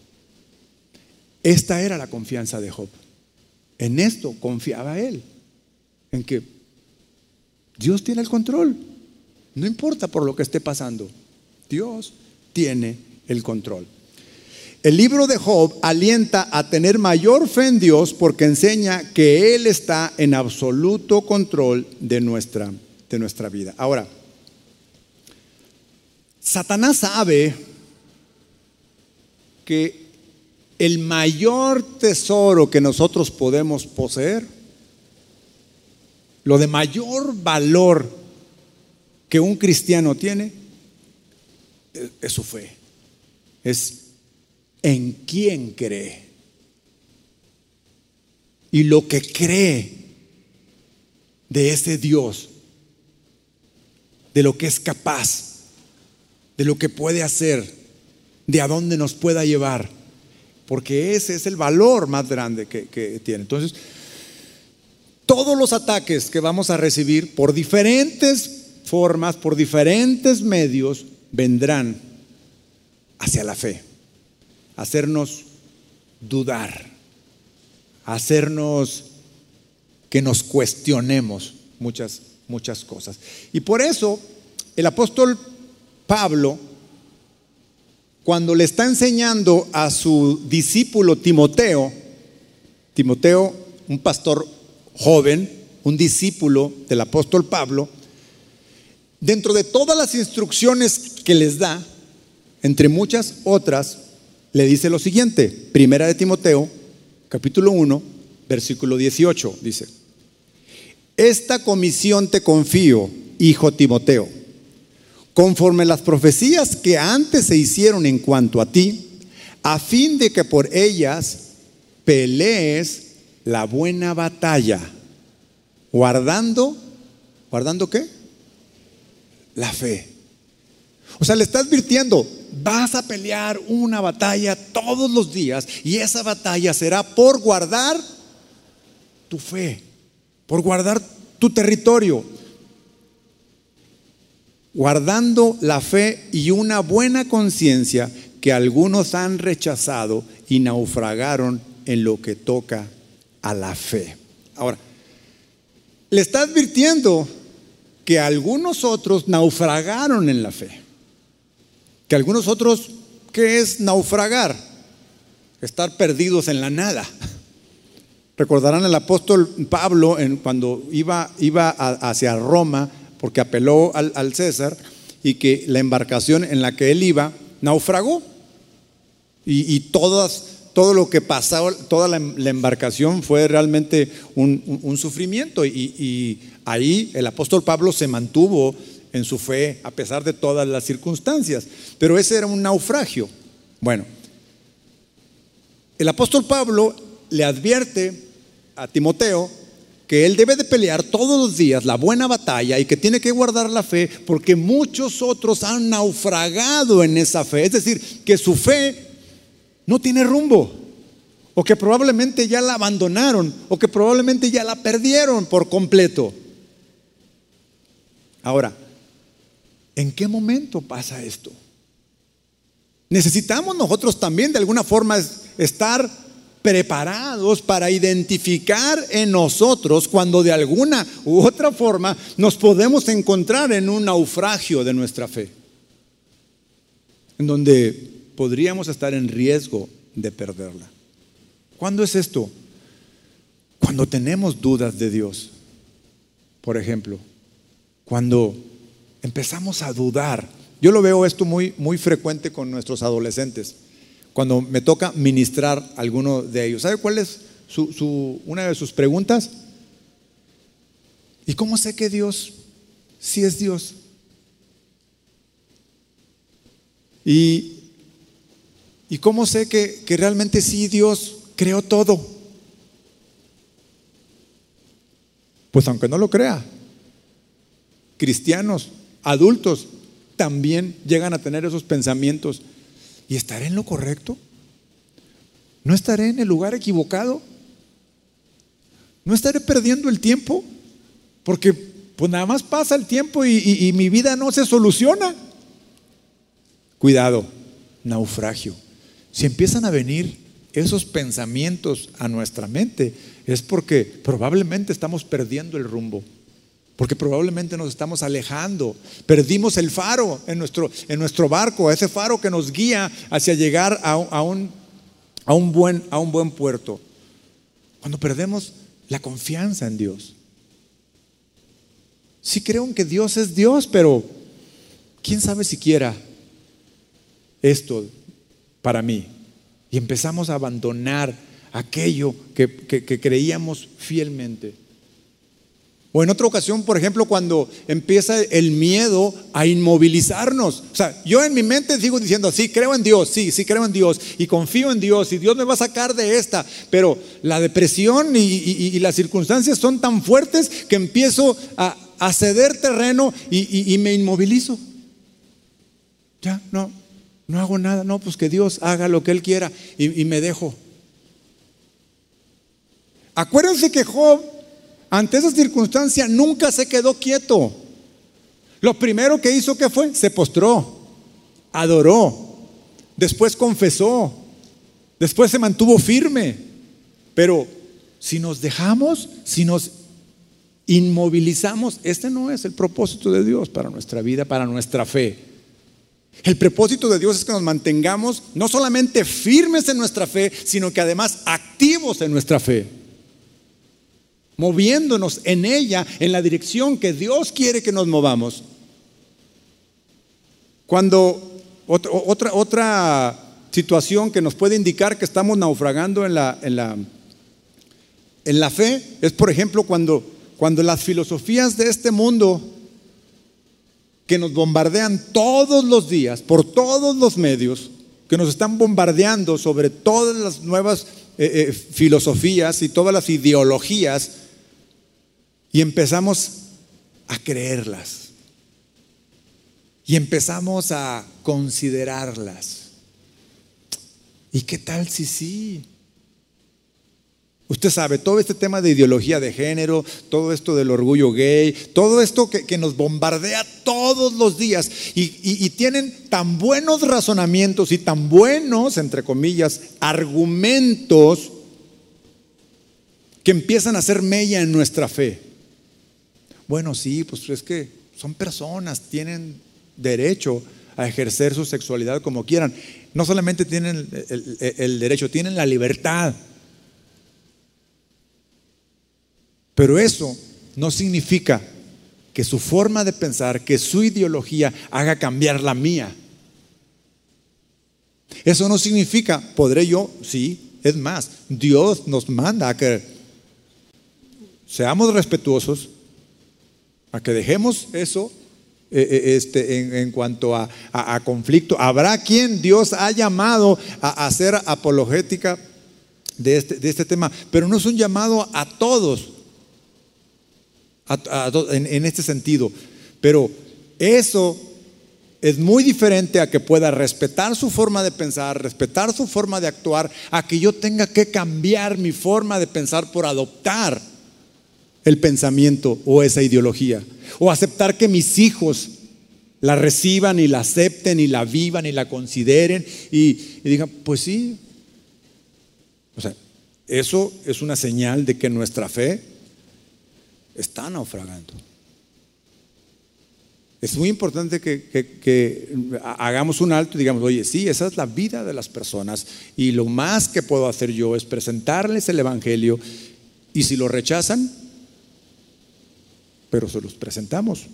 Esta era la confianza de Job. En esto confiaba él, en que Dios tiene el control. No importa por lo que esté pasando, Dios tiene el control. El libro de Job alienta a tener mayor fe en Dios porque enseña que Él está en absoluto control de nuestra, de nuestra vida. Ahora, Satanás sabe que el mayor tesoro que nosotros podemos poseer, lo de mayor valor que un cristiano tiene, es su fe, es en quién cree y lo que cree de ese Dios, de lo que es capaz, de lo que puede hacer, de a dónde nos pueda llevar, porque ese es el valor más grande que, que tiene. Entonces, todos los ataques que vamos a recibir por diferentes formas, por diferentes medios, vendrán hacia la fe, hacernos dudar, hacernos que nos cuestionemos muchas, muchas cosas. Y por eso el apóstol Pablo, cuando le está enseñando a su discípulo Timoteo, Timoteo, un pastor joven, un discípulo del apóstol Pablo, dentro de todas las instrucciones que les da, entre muchas otras, le dice lo siguiente: Primera de Timoteo, capítulo uno, versículo dieciocho, dice: esta comisión te confío, hijo Timoteo, conforme las profecías que antes se hicieron en cuanto a ti, a fin de que por ellas pelees la buena batalla, guardando, ¿guardando qué? La fe. O sea, le está advirtiendo, vas a pelear una batalla todos los días, y esa batalla será por guardar tu fe, por guardar tu territorio, guardando la fe y una buena conciencia que algunos han rechazado y naufragaron en lo que toca a la fe. Ahora, le está advirtiendo que algunos otros naufragaron en la fe, que algunos otros, ¿qué es naufragar? Estar perdidos en la nada. Recordarán el apóstol Pablo en, cuando iba, iba a, hacia Roma, porque apeló al, al César, y que la embarcación en la que él iba naufragó, y, y todas, todo lo que pasó, toda la, la embarcación fue realmente un, un, un sufrimiento, y, y ahí el apóstol Pablo se mantuvo en su fe a pesar de todas las circunstancias, pero ese era un naufragio. Bueno, el apóstol Pablo le advierte a Timoteo que él debe de pelear todos los días la buena batalla y que tiene que guardar la fe, porque muchos otros han naufragado en esa fe. Es decir, que su fe no tiene rumbo, o que probablemente ya la abandonaron, o que probablemente ya la perdieron por completo. Ahora, ¿en qué momento pasa esto? Necesitamos nosotros también de alguna forma estar preparados para identificar en nosotros cuando de alguna u otra forma nos podemos encontrar en un naufragio de nuestra fe, en donde podríamos estar en riesgo de perderla. ¿Cuándo es esto? Cuando tenemos dudas de Dios. Por ejemplo, cuando empezamos a dudar. Yo lo veo esto muy, muy frecuente con nuestros adolescentes, cuando me toca ministrar a alguno de ellos. ¿Sabe cuál es su, su, una de sus preguntas? ¿Y cómo sé que Dios sí es Dios? ¿Y, y cómo sé que, que realmente sí Dios creó todo? Pues aunque no lo crea, cristianos, adultos, también llegan a tener esos pensamientos. ¿Y estaré en lo correcto? ¿No estaré en el lugar equivocado? ¿No estaré perdiendo el tiempo? Porque pues nada más pasa el tiempo y, y, y mi vida no se soluciona. Cuidado, naufragio. Si empiezan a venir esos pensamientos a nuestra mente, es porque probablemente estamos perdiendo el rumbo, porque probablemente nos estamos alejando, perdimos el faro en nuestro, en nuestro barco, ese faro que nos guía hacia llegar a, a, un, a, un buen, a un buen puerto. Cuando perdemos la confianza en Dios. Sí creo en que Dios es Dios, pero ¿quién sabe siquiera esto para mí? y empezamos a abandonar aquello que, que, que creíamos fielmente. O en otra ocasión, por ejemplo, cuando empieza el miedo a inmovilizarnos. O sea, yo en mi mente sigo diciendo, sí, creo en Dios, sí, sí creo en Dios y confío en Dios y Dios me va a sacar de esta. Pero la depresión y, y, y las circunstancias son tan fuertes que empiezo a, a ceder terreno y, y, y me inmovilizo. Ya, no, no hago nada. No, pues que Dios haga lo que Él quiera y, y me dejo. Acuérdense que Job, ante esa circunstancia, nunca se quedó quieto. Lo primero que hizo, ¿qué fue? Se postró, adoró, después confesó, después se mantuvo firme. Pero si nos dejamos, si nos inmovilizamos, este no es el propósito de Dios para nuestra vida, para nuestra fe. El propósito de Dios es que nos mantengamos no solamente firmes en nuestra fe, sino que además activos en nuestra fe, moviéndonos en ella, en la dirección que Dios quiere que nos movamos. Cuando otra, otra, otra situación que nos puede indicar que estamos naufragando en la, en la, en la fe es, por ejemplo, cuando, cuando las filosofías de este mundo que nos bombardean todos los días, por todos los medios, que nos están bombardeando sobre todas las nuevas eh, eh, filosofías y todas las ideologías, y empezamos a creerlas y empezamos a considerarlas. ¿Y qué tal si sí? Usted sabe, todo este tema de ideología de género, todo esto del orgullo gay, todo esto que, que nos bombardea todos los días y, y, y tienen tan buenos razonamientos y tan buenos, entre comillas, argumentos que empiezan a hacer mella en nuestra fe. Bueno, sí, pues es que son personas, tienen derecho a ejercer su sexualidad como quieran. No solamente tienen el, el, el derecho, tienen la libertad. Pero eso no significa que su forma de pensar, que su ideología haga cambiar la mía. Eso no significa, podré yo, sí, es más, Dios nos manda a que seamos respetuosos, a que dejemos eso eh, este, en, en cuanto a, a, a conflicto. Habrá quien Dios ha llamado a, a hacer apologética de este, de este tema, pero no es un llamado a todos a, a, en, en este sentido. Pero eso es muy diferente a que pueda respetar su forma de pensar, respetar su forma de actuar, a que yo tenga que cambiar mi forma de pensar por adoptar el pensamiento o esa ideología, o aceptar que mis hijos la reciban y la acepten y la vivan y la consideren y, y digan, pues sí. O sea, eso es una señal de que nuestra fe está naufragando. Es muy importante que, que, que hagamos un alto y digamos, oye, sí, esa es la vida de las personas y lo más que puedo hacer yo es presentarles el evangelio, y si lo rechazan, pero se los presentamos.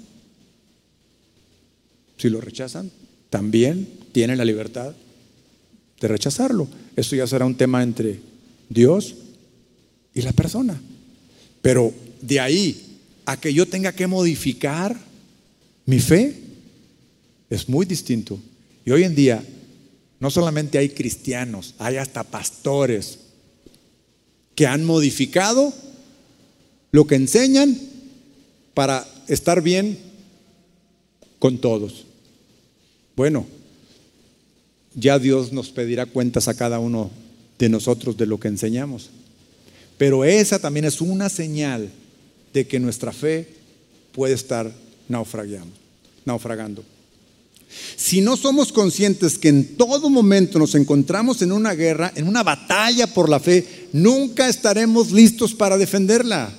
Si lo rechazan, también tienen la libertad de rechazarlo. Eso ya será un tema entre Dios y la persona. Pero de ahí a que yo tenga que modificar mi fe, es muy distinto. Y hoy en día no solamente hay cristianos, hay hasta pastores que han modificado lo que enseñan para estar bien con todos. Bueno, ya Dios nos pedirá cuentas a cada uno de nosotros de lo que enseñamos. Pero esa también es una señal de que nuestra fe puede estar naufragando. naufragando. Si no somos conscientes que en todo momento nos encontramos en una guerra, en una batalla por la fe, nunca estaremos listos para defenderla.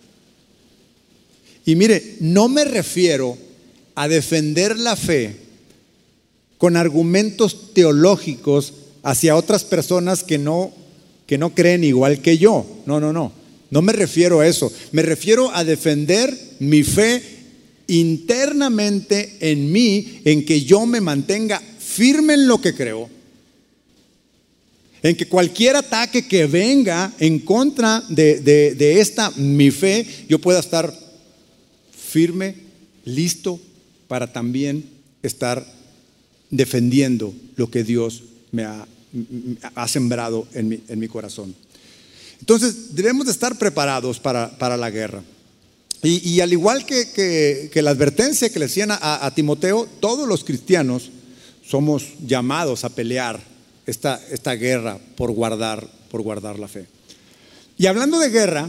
Y mire, no me refiero a defender la fe con argumentos teológicos hacia otras personas que no, que no creen igual que yo. No, no, no. No me refiero a eso. Me refiero a defender mi fe internamente en mí, en que yo me mantenga firme en lo que creo, en que cualquier ataque que venga en contra de, de, de esta mi fe, yo pueda estar firme, listo para también estar defendiendo lo que Dios me ha, ha sembrado en mi, en mi corazón. Entonces debemos de estar preparados para, para la guerra. Y, y al igual que, que, que la advertencia que le hacían a, a Timoteo, todos los cristianos somos llamados a pelear esta, esta guerra por guardar, por guardar la fe. Y hablando de guerra,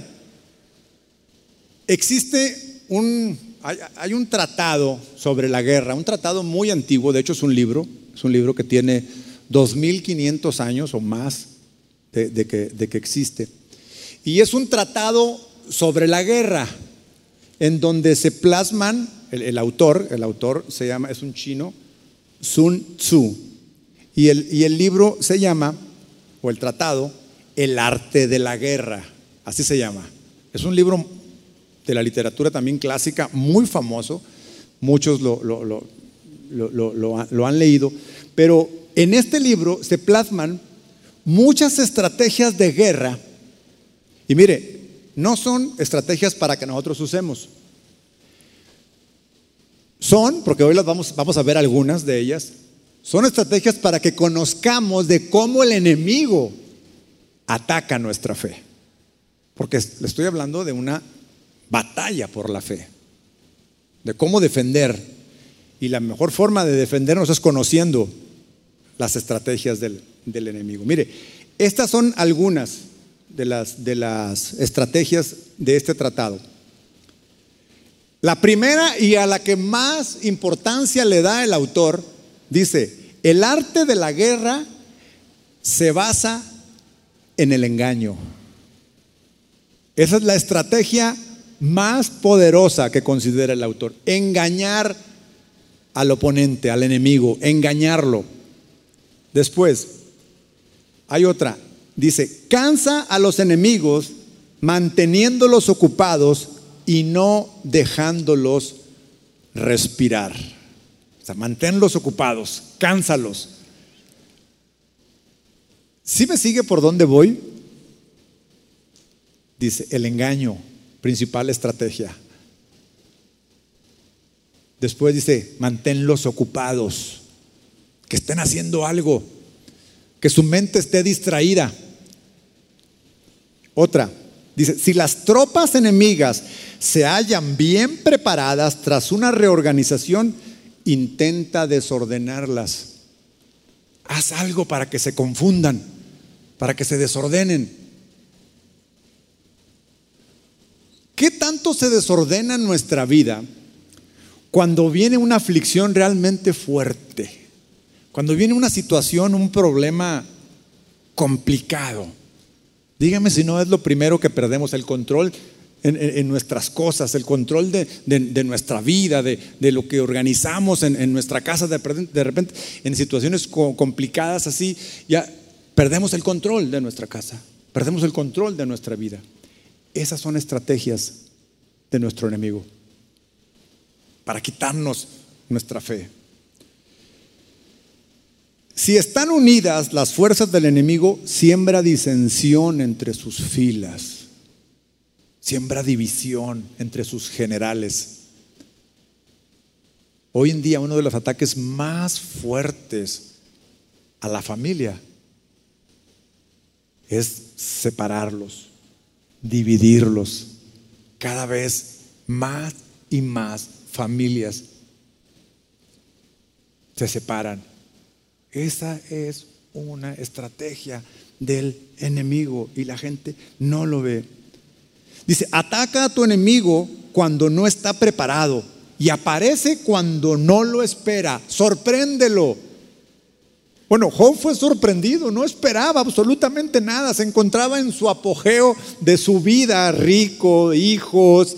existe un, hay, hay un tratado sobre la guerra, un tratado muy antiguo, de hecho es un libro, es un libro que tiene dos mil quinientos años o más de, de, que, de que existe. Y es un tratado sobre la guerra, en donde se plasman, el, el autor, el autor se llama, es un chino, Sun Tzu, y el, y el libro se llama, o el tratado, El arte de la guerra, así se llama. Es un libro de la literatura también clásica, muy famoso, muchos lo, lo, lo, lo, lo, lo, lo han leído, pero en este libro se plasman muchas estrategias de guerra. Y mire, no son estrategias para que nosotros usemos. Son, porque hoy las vamos, vamos a ver algunas de ellas, son estrategias para que conozcamos de cómo el enemigo ataca nuestra fe. Porque le estoy hablando de una batalla por la fe, de cómo defender. Y la mejor forma de defendernos es conociendo las estrategias del, del enemigo. Mire, estas son algunas de las, de las estrategias de este tratado. La primera, y a la que más importancia le da el autor, dice: el arte de la guerra se basa en el engaño. Esa es la estrategia más poderosa que considera el autor: engañar al oponente, al enemigo, engañarlo. Después hay otra, dice: cansa a los enemigos manteniéndolos ocupados y no dejándolos respirar. O sea, manténlos ocupados, cánsalos. ¿Sí me sigue por dónde voy? Dice: el engaño, principal estrategia. Después dice: manténlos ocupados, que estén haciendo algo, que su mente esté distraída. Otra, dice: si las tropas enemigas se hallan bien preparadas tras una reorganización, intenta desordenarlas. Haz algo para que se confundan, para que se desordenen. ¿Qué tanto se desordena en nuestra vida cuando viene una aflicción realmente fuerte? Cuando viene una situación, un problema complicado. Dígame si no es lo primero que perdemos: el control en, en, en nuestras cosas, el control de, de, de nuestra vida, de, de lo que organizamos en, en nuestra casa. De, de repente, en situaciones co- complicadas así, ya perdemos el control de nuestra casa, perdemos el control de nuestra vida. Esas son estrategias de nuestro enemigo para quitarnos nuestra fe. Si están unidas las fuerzas del enemigo, siembra disensión entre sus filas, siembra división entre sus generales. Hoy en día uno de los ataques más fuertes a la familia es separarlos, dividirlos. Cada vez más y más familias se separan. Esa es una estrategia del enemigo y la gente no lo ve. Dice: ataca a tu enemigo cuando no está preparado y aparece cuando no lo espera. Sorpréndelo. Bueno, Job fue sorprendido, no esperaba absolutamente nada, se encontraba en su apogeo de su vida, rico, hijos,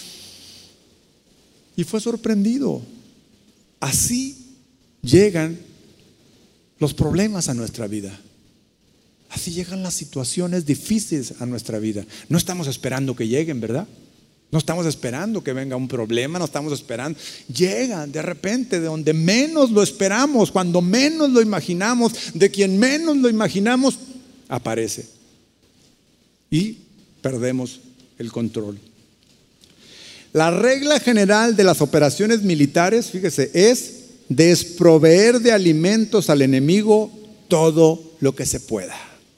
y fue sorprendido. Así llegan los problemas a nuestra vida. Así llegan las situaciones difíciles a nuestra vida. No estamos esperando que lleguen, ¿verdad? No estamos esperando que venga un problema, no estamos esperando. Llegan de repente de donde menos lo esperamos, cuando menos lo imaginamos, de quien menos lo imaginamos, aparece y perdemos el control. La regla general de las operaciones militares, fíjese, es desproveer de alimentos al enemigo todo lo que se pueda.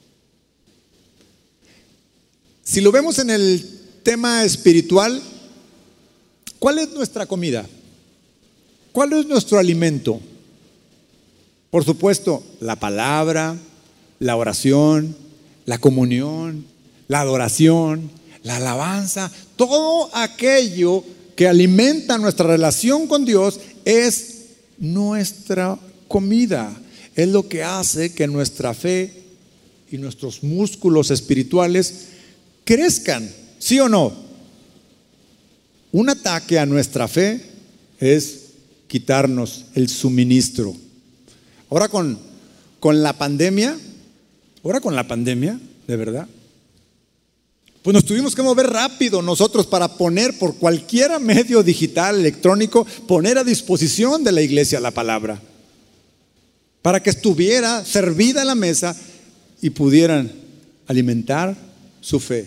Si lo vemos en el tema espiritual, ¿cuál es nuestra comida? ¿Cuál es nuestro alimento? Por supuesto, la palabra, la oración, la comunión, la adoración, la alabanza, todo aquello que alimenta nuestra relación con Dios es nuestra comida. Es lo que hace que nuestra fe y nuestros músculos espirituales crezcan, ¿sí o no? Un ataque a nuestra fe es quitarnos el suministro. Ahora con, con la pandemia, ahora con la pandemia, de verdad, pues nos tuvimos que mover rápido nosotros para poner por cualquier medio digital, electrónico, poner a disposición de la iglesia la palabra, para que estuviera servida la mesa y pudieran alimentar su fe.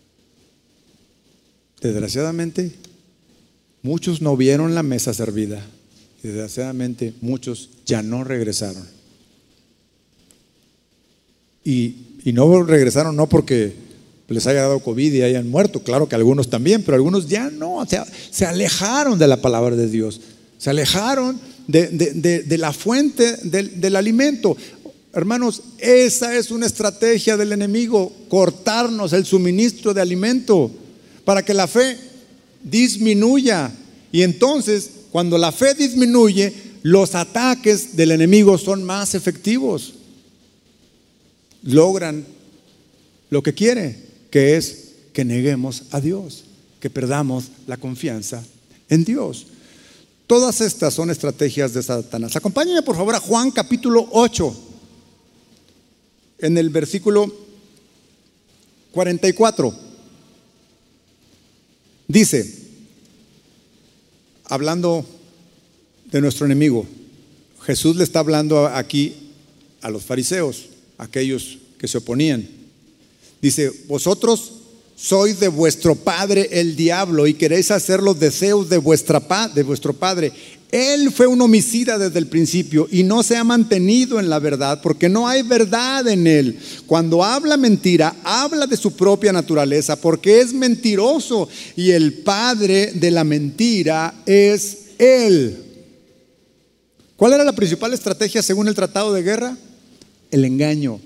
Desgraciadamente, muchos no vieron la mesa servida. Y desgraciadamente, muchos ya no regresaron. Y, y no regresaron no porque les haya dado COVID y hayan muerto. Claro que algunos también, pero algunos ya no. O sea, se alejaron de la palabra de Dios. Se alejaron de, de, de, de la fuente del, del alimento. Hermanos, esa es una estrategia del enemigo, cortarnos el suministro de alimento para que la fe disminuya. Y entonces, cuando la fe disminuye, los ataques del enemigo son más efectivos. Logran lo que quiere, que es que neguemos a Dios, que perdamos la confianza en Dios. Todas estas son estrategias de Satanás. Acompáñenme por favor a Juan capítulo ocho. En el versículo cuarenta y cuatro dice, hablando de nuestro enemigo, Jesús le está hablando aquí a los fariseos, aquellos que se oponían. Dice, vosotros sois de vuestro padre el diablo y queréis hacer los deseos de, vuestra pa, de vuestro padre. Él fue un homicida desde el principio y no se ha mantenido en la verdad porque no hay verdad en él. Cuando habla mentira, habla de su propia naturaleza porque es mentiroso y el padre de la mentira es él. ¿Cuál era la principal estrategia según el tratado de guerra? El engaño.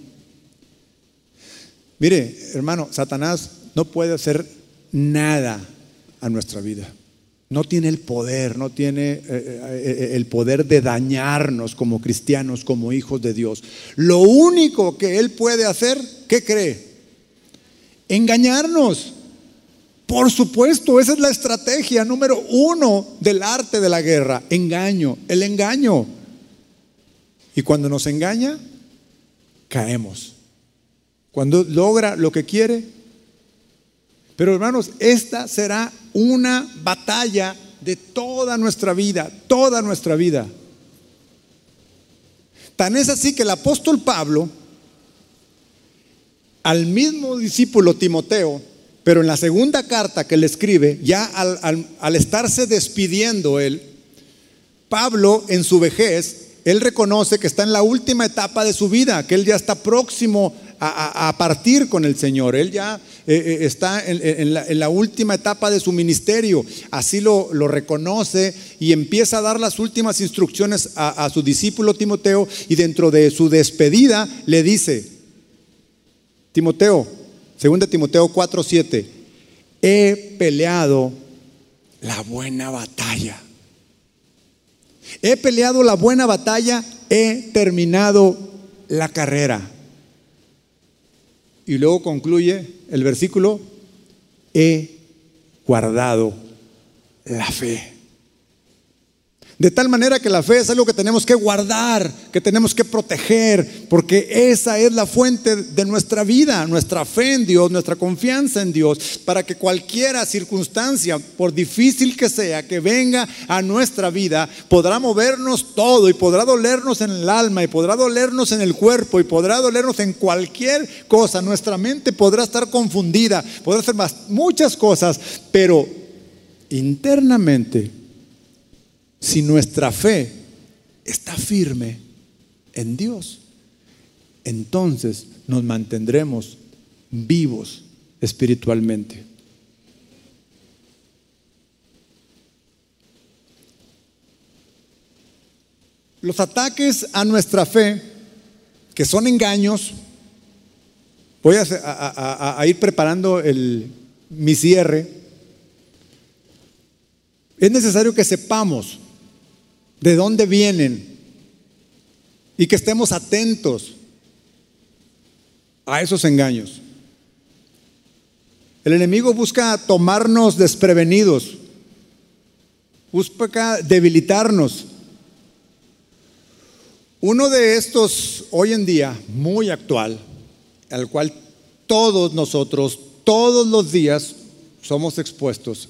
Mire, hermano, Satanás no puede hacer nada a nuestra vida. No tiene el poder, no tiene eh, eh, el poder de dañarnos como cristianos, como hijos de Dios. Lo único que él puede hacer, ¿qué cree? Engañarnos. Por supuesto, esa es la estrategia número uno del arte de la guerra. Engaño, el engaño. Y cuando nos engaña, caemos. Cuando logra lo que quiere. Pero hermanos, esta será una batalla de toda nuestra vida, toda nuestra vida. Tan es así que el apóstol Pablo, al mismo discípulo Timoteo, pero en la segunda carta que le escribe, ya al, al, al estarse despidiendo él, Pablo en su vejez, él reconoce que está en la última etapa de su vida, que él ya está próximo a, a, a partir con el Señor. Él ya eh, está en, en, la, en la última etapa de su ministerio. Así lo, lo reconoce y empieza a dar las últimas instrucciones a, a su discípulo Timoteo, y dentro de su despedida le dice, Timoteo, segunda Timoteo cuatro siete, he peleado la buena batalla. He peleado la buena batalla, he terminado la carrera. Y luego concluye el versículo, he guardado la fe. De tal manera que la fe es algo que tenemos que guardar, que tenemos que proteger, porque esa es la fuente de nuestra vida, nuestra fe en Dios, nuestra confianza en Dios, para que cualquier circunstancia, por difícil que sea, que venga a nuestra vida, podrá movernos todo y podrá dolernos en el alma y podrá dolernos en el cuerpo y podrá dolernos en cualquier cosa. Nuestra mente podrá estar confundida, podrá hacer más, muchas cosas, pero internamente, si nuestra fe está firme en Dios, entonces nos mantendremos vivos espiritualmente. Los ataques a nuestra fe, que son engaños, voy a, a, a, a ir preparando el, mi cierre. Es necesario que sepamos de dónde vienen y que estemos atentos a esos engaños. El enemigo busca tomarnos desprevenidos, busca debilitarnos. Uno de estos hoy en día muy actual, al cual todos nosotros todos los días somos expuestos,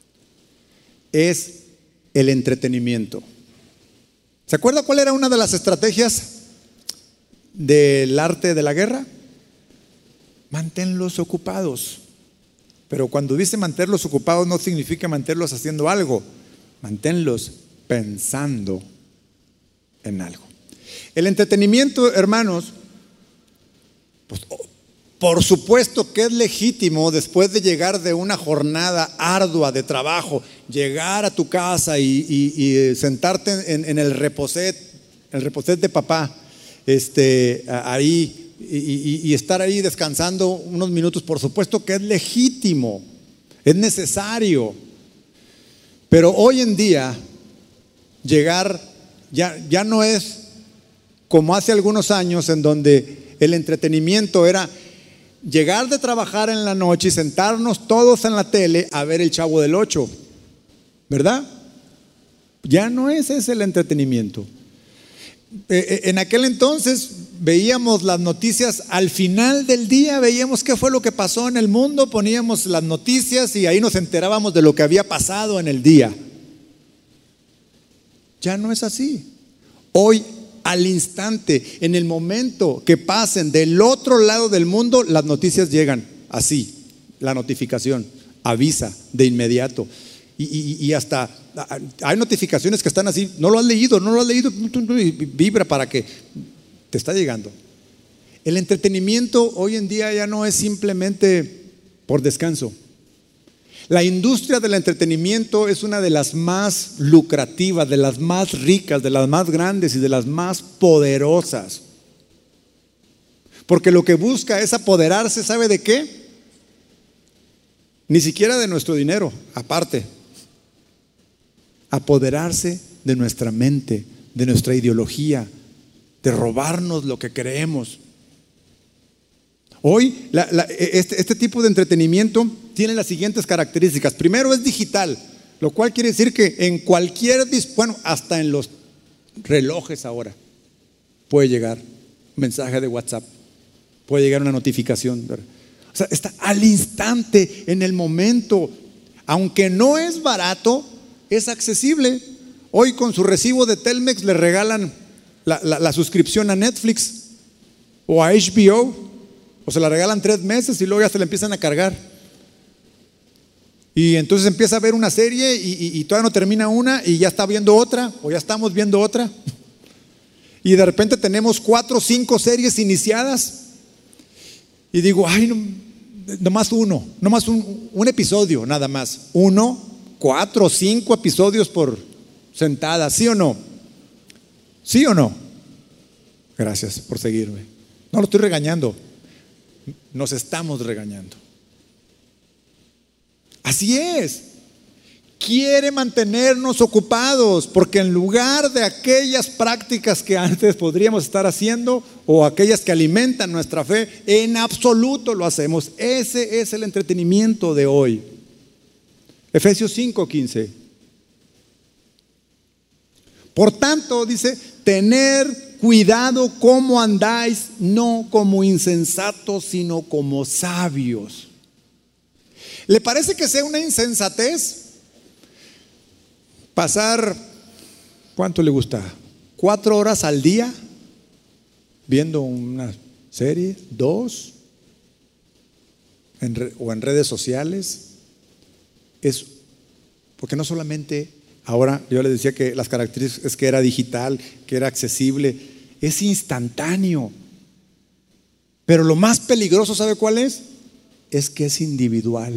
es el entretenimiento. ¿Se acuerda cuál era una de las estrategias del arte de la guerra? Manténlos ocupados. Pero cuando dice mantenerlos ocupados no significa mantenerlos haciendo algo, manténlos pensando en algo. El entretenimiento, hermanos, pues, por supuesto que es legítimo después de llegar de una jornada ardua de trabajo, llegar a tu casa y, y, y sentarte en, en el reposet, el reposet de papá, este, ahí y, y, y estar ahí descansando unos minutos. Por supuesto que es legítimo, es necesario. Pero hoy en día llegar ya, ya no es como hace algunos años, en donde el entretenimiento era llegar de trabajar en la noche y sentarnos todos en la tele a ver el Chavo del Ocho, ¿verdad? Ya no es ese el entretenimiento. Eh, en aquel entonces veíamos las noticias al final del día, veíamos qué fue lo que pasó en el mundo, poníamos las noticias y ahí nos enterábamos de lo que había pasado en el día. Ya no es así. Hoy, al instante, en el momento que pasen del otro lado del mundo, las noticias llegan así, la notificación avisa de inmediato. Y, y, y hasta hay notificaciones que están así, no lo has leído, no lo has leído, y vibra para que te está llegando. El entretenimiento hoy en día ya no es simplemente por descanso. La industria del entretenimiento es una de las más lucrativas, de las más ricas, de las más grandes y de las más poderosas. Porque lo que busca es apoderarse, ¿sabe de qué? Ni siquiera de nuestro dinero, aparte. Apoderarse de nuestra mente, de nuestra ideología, de robarnos lo que creemos. Hoy la, la, este, este tipo de entretenimiento tiene las siguientes características. Primero, es digital, lo cual quiere decir que en cualquier, bueno, hasta en los relojes ahora puede llegar un mensaje de WhatsApp, puede llegar una notificación. O sea, está al instante, en el momento. Aunque no es barato, es accesible. Hoy con su recibo de Telmex le regalan la, la, la suscripción a Netflix o a H B O. O se la regalan tres meses y luego ya se la empiezan a cargar. Y entonces empieza a ver una serie y, y, y todavía no termina una y ya está viendo otra, o ya estamos viendo otra. Y de repente tenemos cuatro o cinco series iniciadas. Y digo, ay, no, nomás uno, nomás un, un episodio, nada más. Uno, cuatro o cinco episodios por sentada, ¿sí o no? ¿Sí o no? Gracias por seguirme. No lo estoy regañando. Nos estamos regañando. Así es. Quiere mantenernos ocupados, porque en lugar de aquellas prácticas que antes podríamos estar haciendo o aquellas que alimentan nuestra fe, en absoluto lo hacemos. Ese es el entretenimiento de hoy. Efesios cinco quince. Por tanto, dice, tener cuidado cómo andáis, no como insensatos, sino como sabios. ¿Le parece que sea una insensatez pasar, cuánto le gusta? ¿Cuatro horas al día viendo una serie? ¿Dos? En re, o en redes sociales. Es porque no solamente ahora, yo les decía que las características es que era digital, que era accesible, es instantáneo. Pero lo más peligroso, ¿sabe cuál es? Es que es individual.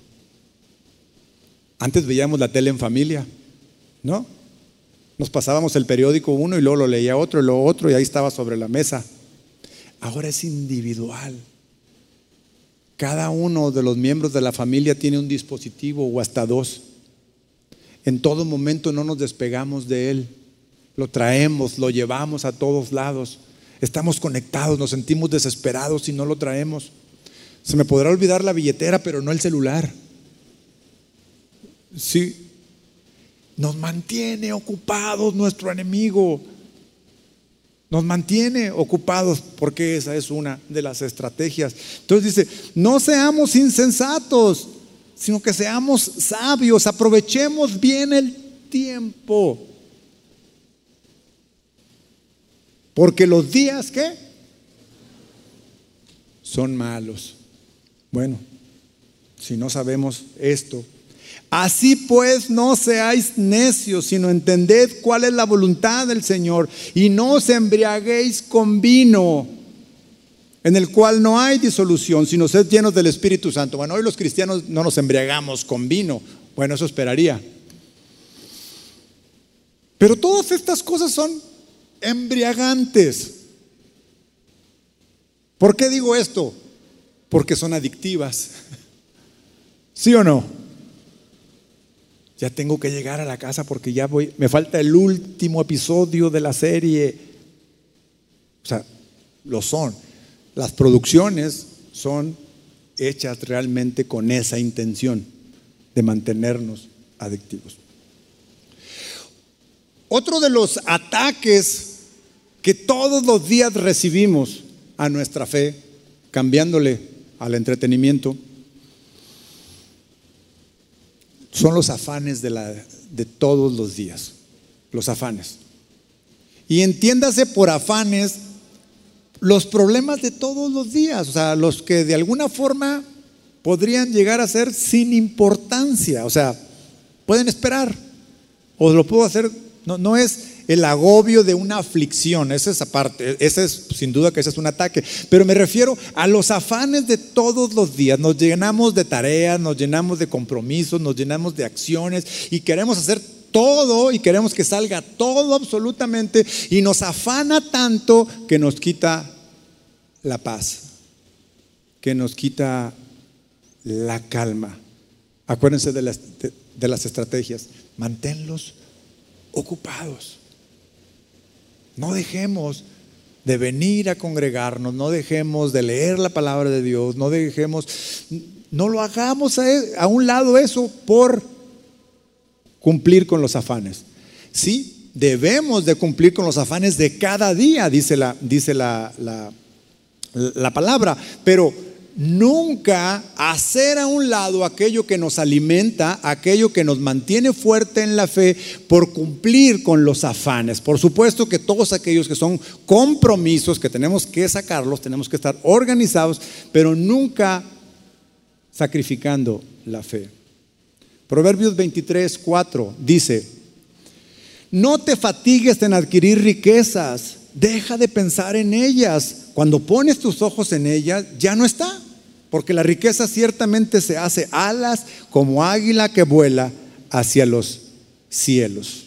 Antes veíamos la tele en familia, ¿no? Nos pasábamos el periódico uno y luego lo leía otro y luego otro y ahí estaba sobre la mesa. Ahora es individual. Cada uno de los miembros de la familia tiene un dispositivo o hasta dos. En todo momento no nos despegamos de él. Lo traemos, lo llevamos a todos lados. Estamos conectados, nos sentimos desesperados si no lo traemos. Se me podrá olvidar la billetera, pero no el celular. Sí, nos mantiene ocupados nuestro enemigo. Nos mantiene ocupados porque esa es una de las estrategias. Entonces dice, no seamos insensatos, sino que seamos sabios, aprovechemos bien el tiempo. Porque los días, ¿qué? Son malos. Bueno, si no sabemos esto. Así pues, no seáis necios, sino entended cuál es la voluntad del Señor. Y no os embriaguéis con vino, en el cual no hay disolución, sino sed llenos del Espíritu Santo. Bueno, hoy los cristianos no nos embriagamos con vino. Bueno, eso esperaría. Pero todas estas cosas son embriagantes. ¿Por qué digo esto? Porque son adictivas. ¿Sí o no? Ya tengo que llegar a la casa porque ya voy, me falta el último episodio de la serie. O sea, lo son. Las producciones son hechas realmente con esa intención de mantenernos adictivos. Otro de los ataques que todos los días recibimos a nuestra fe, cambiándole al entretenimiento, son los afanes de, la, de todos los días. Los afanes. Y entiéndase por afanes los problemas de todos los días, o sea, los que de alguna forma podrían llegar a ser sin importancia, o sea, pueden esperar, o lo puedo hacer, no, no es el agobio de una aflicción, esa es aparte, ese es sin duda que ese es un ataque, pero me refiero a los afanes de todos los días. Nos llenamos de tareas, nos llenamos de compromisos, nos llenamos de acciones y queremos hacer todo y queremos que salga todo absolutamente y nos afana tanto que nos quita la paz, que nos quita la calma. Acuérdense de las, de, de las estrategias, manténlos ocupados. No dejemos de venir a congregarnos, no dejemos de leer la palabra de Dios, no dejemos, no lo hagamos a, a un lado eso por cumplir con los afanes. Sí, debemos de cumplir con los afanes de cada día, dice la, dice la, la, la palabra, pero nunca hacer a un lado aquello que nos alimenta, aquello que nos mantiene fuerte en la fe por cumplir con los afanes. Por supuesto que todos aquellos que son compromisos que tenemos que sacarlos, tenemos que estar organizados, pero nunca sacrificando la fe. Proverbios veintitrés, cuatro dice: no te fatigues en adquirir riquezas, deja de pensar en ellas. Cuando pones tus ojos en ellas, ya no está, porque la riqueza ciertamente se hace alas como águila que vuela hacia los cielos.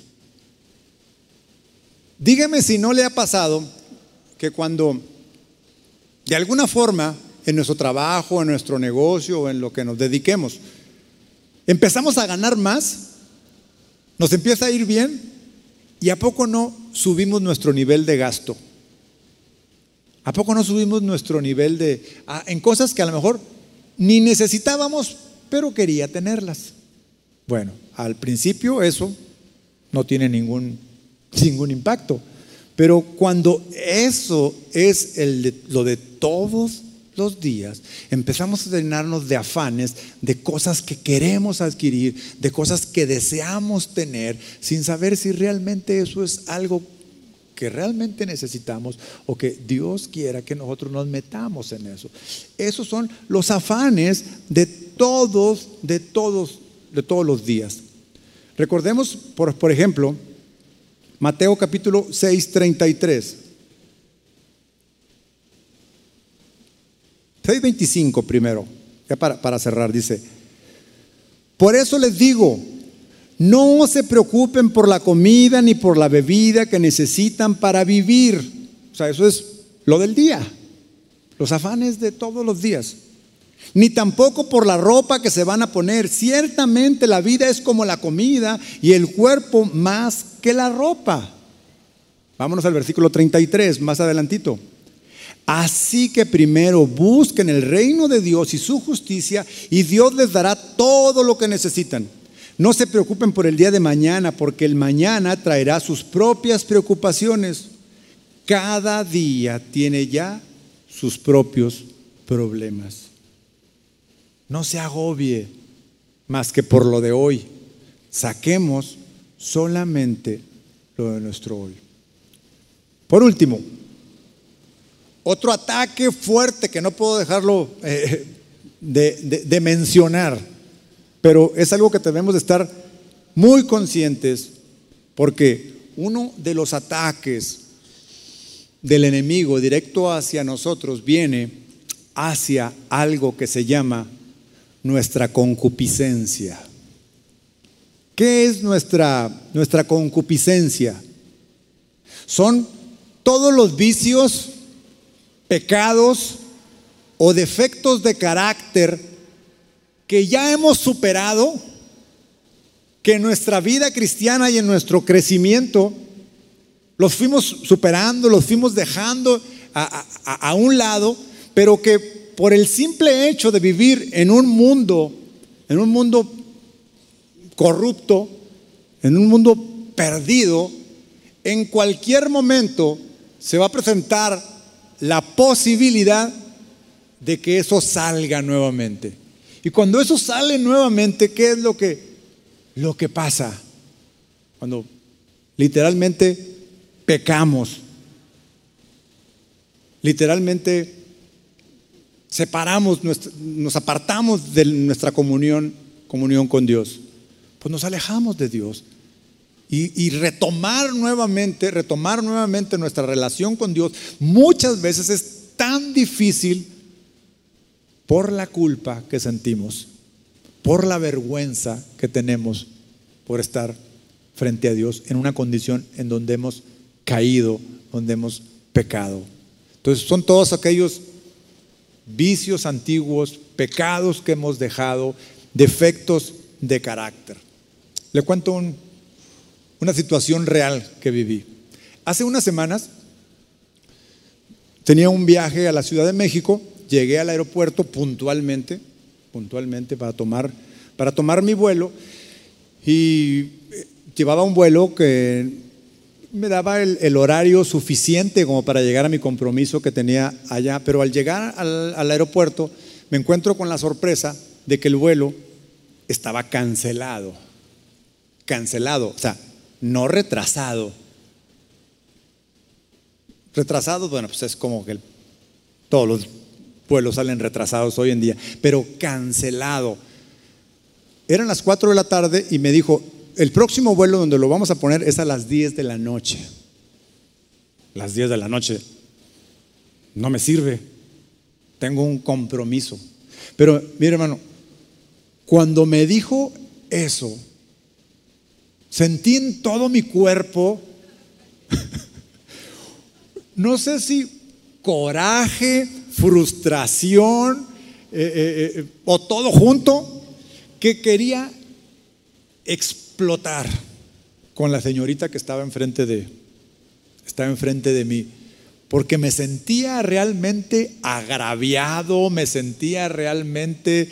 Dígame si no le ha pasado que cuando de alguna forma en nuestro trabajo, en nuestro negocio o en lo que nos dediquemos, empezamos a ganar más, nos empieza a ir bien y a poco no subimos nuestro nivel de gasto. ¿A poco no subimos nuestro nivel de ah, en cosas que a lo mejor ni necesitábamos, pero quería tenerlas? Bueno, al principio eso no tiene ningún ningún impacto. Pero cuando eso es el de, lo de todos los días, empezamos a llenarnos de afanes, de cosas que queremos adquirir, de cosas que deseamos tener, sin saber si realmente eso es algo que realmente necesitamos o que Dios quiera que nosotros nos metamos en eso. Esos son los afanes de todos, de todos, de todos los días. Recordemos, por, por ejemplo, Mateo capítulo seis, treinta y tres. seis veinticinco primero, ya para, para cerrar, dice: por eso les digo, no se preocupen por la comida ni por la bebida que necesitan para vivir. O sea, eso es lo del día, los afanes de todos los días. Ni tampoco por la ropa que se van a poner. Ciertamente la vida es como la comida y el cuerpo más que la ropa. Vámonos al versículo treinta y tres, más adelantito. Así que primero busquen el reino de Dios y su justicia, y Dios les dará todo lo que necesitan. No se preocupen por el día de mañana, porque el mañana traerá sus propias preocupaciones. Cada día tiene ya sus propios problemas. No se agobie más que por lo de hoy. Saquemos solamente lo de nuestro hoy. Por último, otro ataque fuerte que no puedo dejarlo eh, de, de, de mencionar, pero es algo que debemos de estar muy conscientes, porque uno de los ataques del enemigo directo hacia nosotros viene hacia algo que se llama nuestra concupiscencia. ¿Qué es nuestra, nuestra concupiscencia? Son todos los vicios, pecados o defectos de carácter que ya hemos superado, que en nuestra vida cristiana y en nuestro crecimiento los fuimos superando, los fuimos dejando a, a, a un lado, pero que por el simple hecho de vivir en un mundo, en un mundo corrupto, en un mundo perdido, en cualquier momento se va a presentar la posibilidad de que eso salga nuevamente. Y cuando eso sale nuevamente, ¿qué es lo que, lo que pasa? Cuando literalmente pecamos, literalmente separamos, nos apartamos de nuestra comunión, comunión con Dios, pues nos alejamos de Dios. Y, y retomar nuevamente, retomar nuevamente nuestra relación con Dios muchas veces es tan difícil por la culpa que sentimos, por la vergüenza que tenemos por estar frente a Dios en una condición en donde hemos caído, donde hemos pecado. Entonces son todos aquellos vicios antiguos, pecados que hemos dejado, defectos de carácter. Le cuento un, una situación real que viví. Hace unas semanas tenía un viaje a la Ciudad de México. Llegué al aeropuerto puntualmente, puntualmente para tomar, para tomar mi vuelo, y llevaba un vuelo que me daba el, el horario suficiente como para llegar a mi compromiso que tenía allá. Pero al llegar al, al aeropuerto me encuentro con la sorpresa de que el vuelo estaba cancelado. Cancelado, o sea, no retrasado. Retrasado, bueno, pues es como que el, todos los vuelos salen retrasados hoy en día, pero cancelado. Eran las cuatro de la tarde y me dijo: el próximo vuelo donde lo vamos a poner es a las diez de la noche. Las diez de la noche no me sirve, tengo un compromiso. Pero mire, hermano, cuando me dijo eso, sentí en todo mi cuerpo no sé si coraje, frustración eh, eh, eh, o todo junto, que quería explotar con la señorita que estaba enfrente de, estaba enfrente de mí, porque me sentía realmente agraviado, me sentía realmente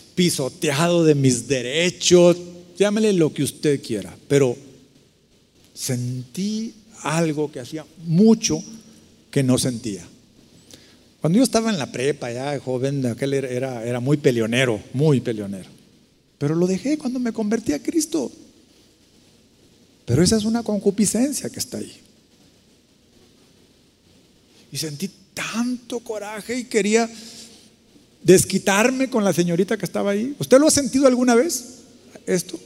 pisoteado de mis derechos, llámele lo que usted quiera, pero Sentí algo que hacía mucho que no sentía. Cuando yo estaba en la prepa, ya joven, aquel era, era, era muy peleonero, muy peleonero. Pero lo dejé cuando me convertí a Cristo. Pero esa es una concupiscencia que está ahí. Y sentí tanto coraje y quería desquitarme con la señorita que estaba ahí. ¿Usted lo ha sentido alguna vez? Esto.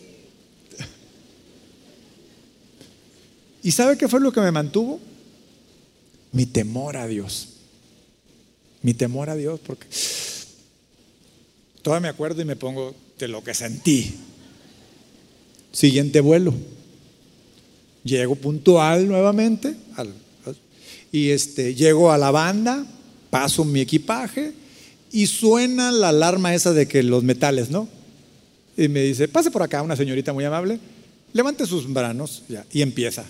¿Y sabe qué fue lo que me mantuvo? Mi temor a Dios. Mi temor a Dios, porque todavía me acuerdo y me pongo de lo que sentí. Siguiente vuelo. Llego puntual nuevamente al, y este, llego a la banda, paso mi equipaje y suena la alarma esa de que los metales, ¿no? Y me dice, pase por acá, una señorita muy amable, levante sus manos ya, y empieza.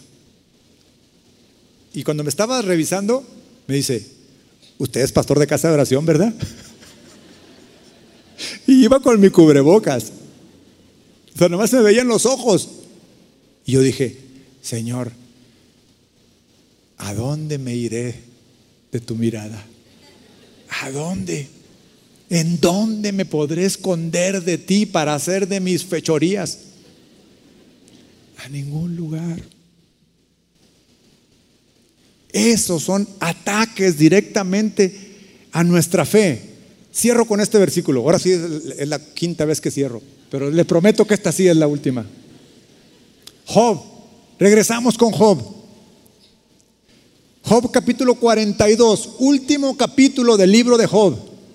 Y cuando me estaba revisando, me dice, usted es pastor de casa de oración, ¿verdad? Y iba con mi cubrebocas. O sea, nomás me veían los ojos. Y yo dije, Señor, ¿a dónde me iré de tu mirada? ¿A dónde? ¿En dónde me podré esconder de ti para hacer de mis fechorías? A ningún lugar. Esos son ataques directamente a nuestra fe. Cierro con este versículo. Ahora sí es la quinta vez que cierro, pero le prometo que esta sí es la última. Job. Regresamos con Job. Job capítulo cuarenta y dos, último capítulo del libro de Job.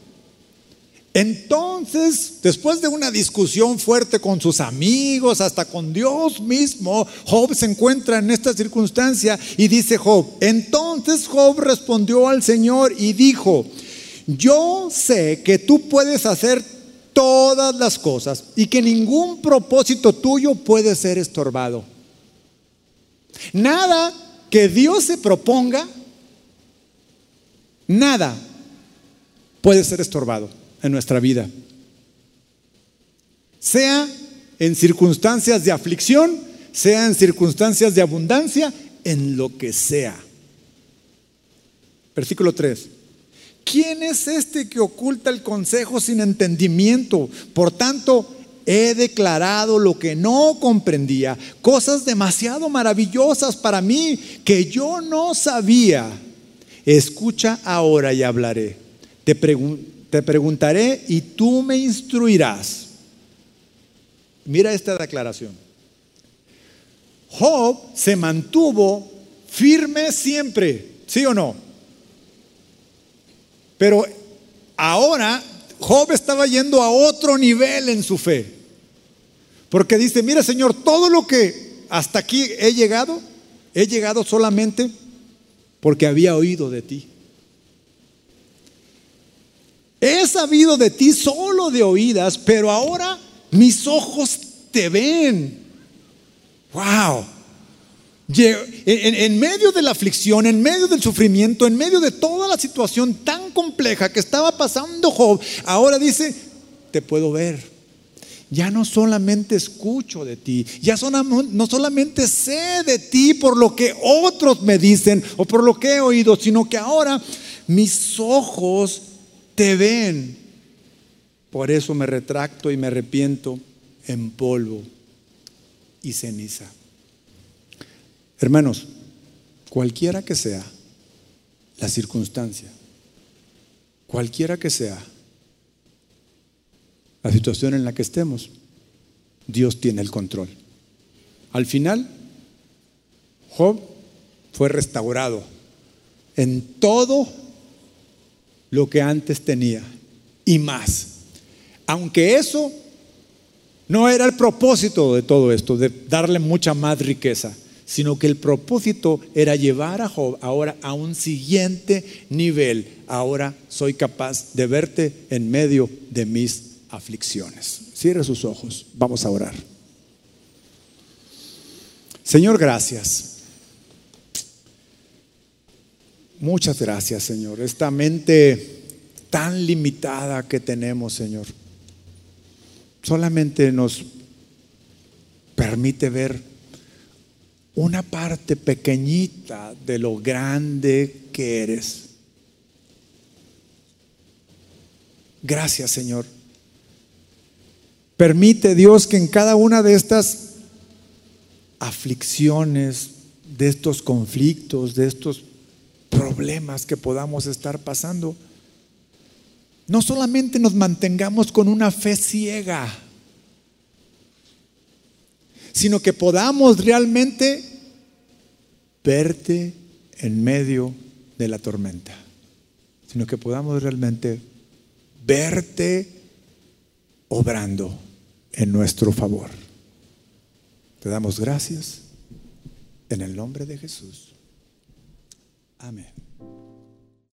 Entonces, después de una discusión fuerte con sus amigos, hasta con Dios mismo, Job se encuentra en esta circunstancia y dice Job, entonces Job respondió al Señor y dijo, yo sé que tú puedes hacer todas las cosas y que ningún propósito tuyo puede ser estorbado. Nada que Dios se proponga, nada puede ser estorbado en nuestra vida. Sea en circunstancias de aflicción, sea en circunstancias de abundancia, en lo que sea. Versículo tres. ¿Quién es este que oculta el consejo sin entendimiento? Por tanto, he declarado lo que no comprendía, cosas demasiado maravillosas para mí que yo no sabía. Escucha ahora y hablaré. Te, pregun- te preguntaré y tú me instruirás. Mira esta declaración. Job se mantuvo firme siempre, ¿sí o no? Pero ahora Job estaba yendo a otro nivel en su fe. Porque dice, mira Señor, todo lo que hasta aquí he llegado, he llegado solamente porque había oído de ti. He sabido de ti solo de oídas, pero ahora mis ojos te ven. Wow. En, en medio de la aflicción, en medio del sufrimiento, en medio de toda la situación tan compleja que estaba pasando Job, ahora dice, te puedo ver. Ya no solamente escucho de ti, ya son, no solamente sé de ti por lo que otros me dicen o por lo que he oído, sino que ahora mis ojos te ven. Por eso me retracto y me arrepiento en polvo y ceniza. Hermanos, cualquiera que sea la circunstancia, cualquiera que sea la situación en la que estemos, Dios tiene el control. Al final, Job fue restaurado en todo lo que antes tenía y más. Aunque eso no era el propósito de todo esto, de darle mucha más riqueza, sino que el propósito era llevar a Job ahora a un siguiente nivel. Ahora soy capaz de verte en medio de mis aflicciones. Cierre sus ojos, vamos a orar. Señor, gracias. Muchas gracias, Señor. Esta mente tan limitada que tenemos, Señor, solamente nos permite ver una parte pequeñita de lo grande que eres. Gracias, Señor. Permite, Dios, que en cada una de estas aflicciones, de estos conflictos, de estos problemas que podamos estar pasando, no solamente nos mantengamos con una fe ciega, sino que podamos realmente verte en medio de la tormenta, sino que podamos realmente verte obrando en nuestro favor. Te damos gracias en el nombre de Jesús. Amén.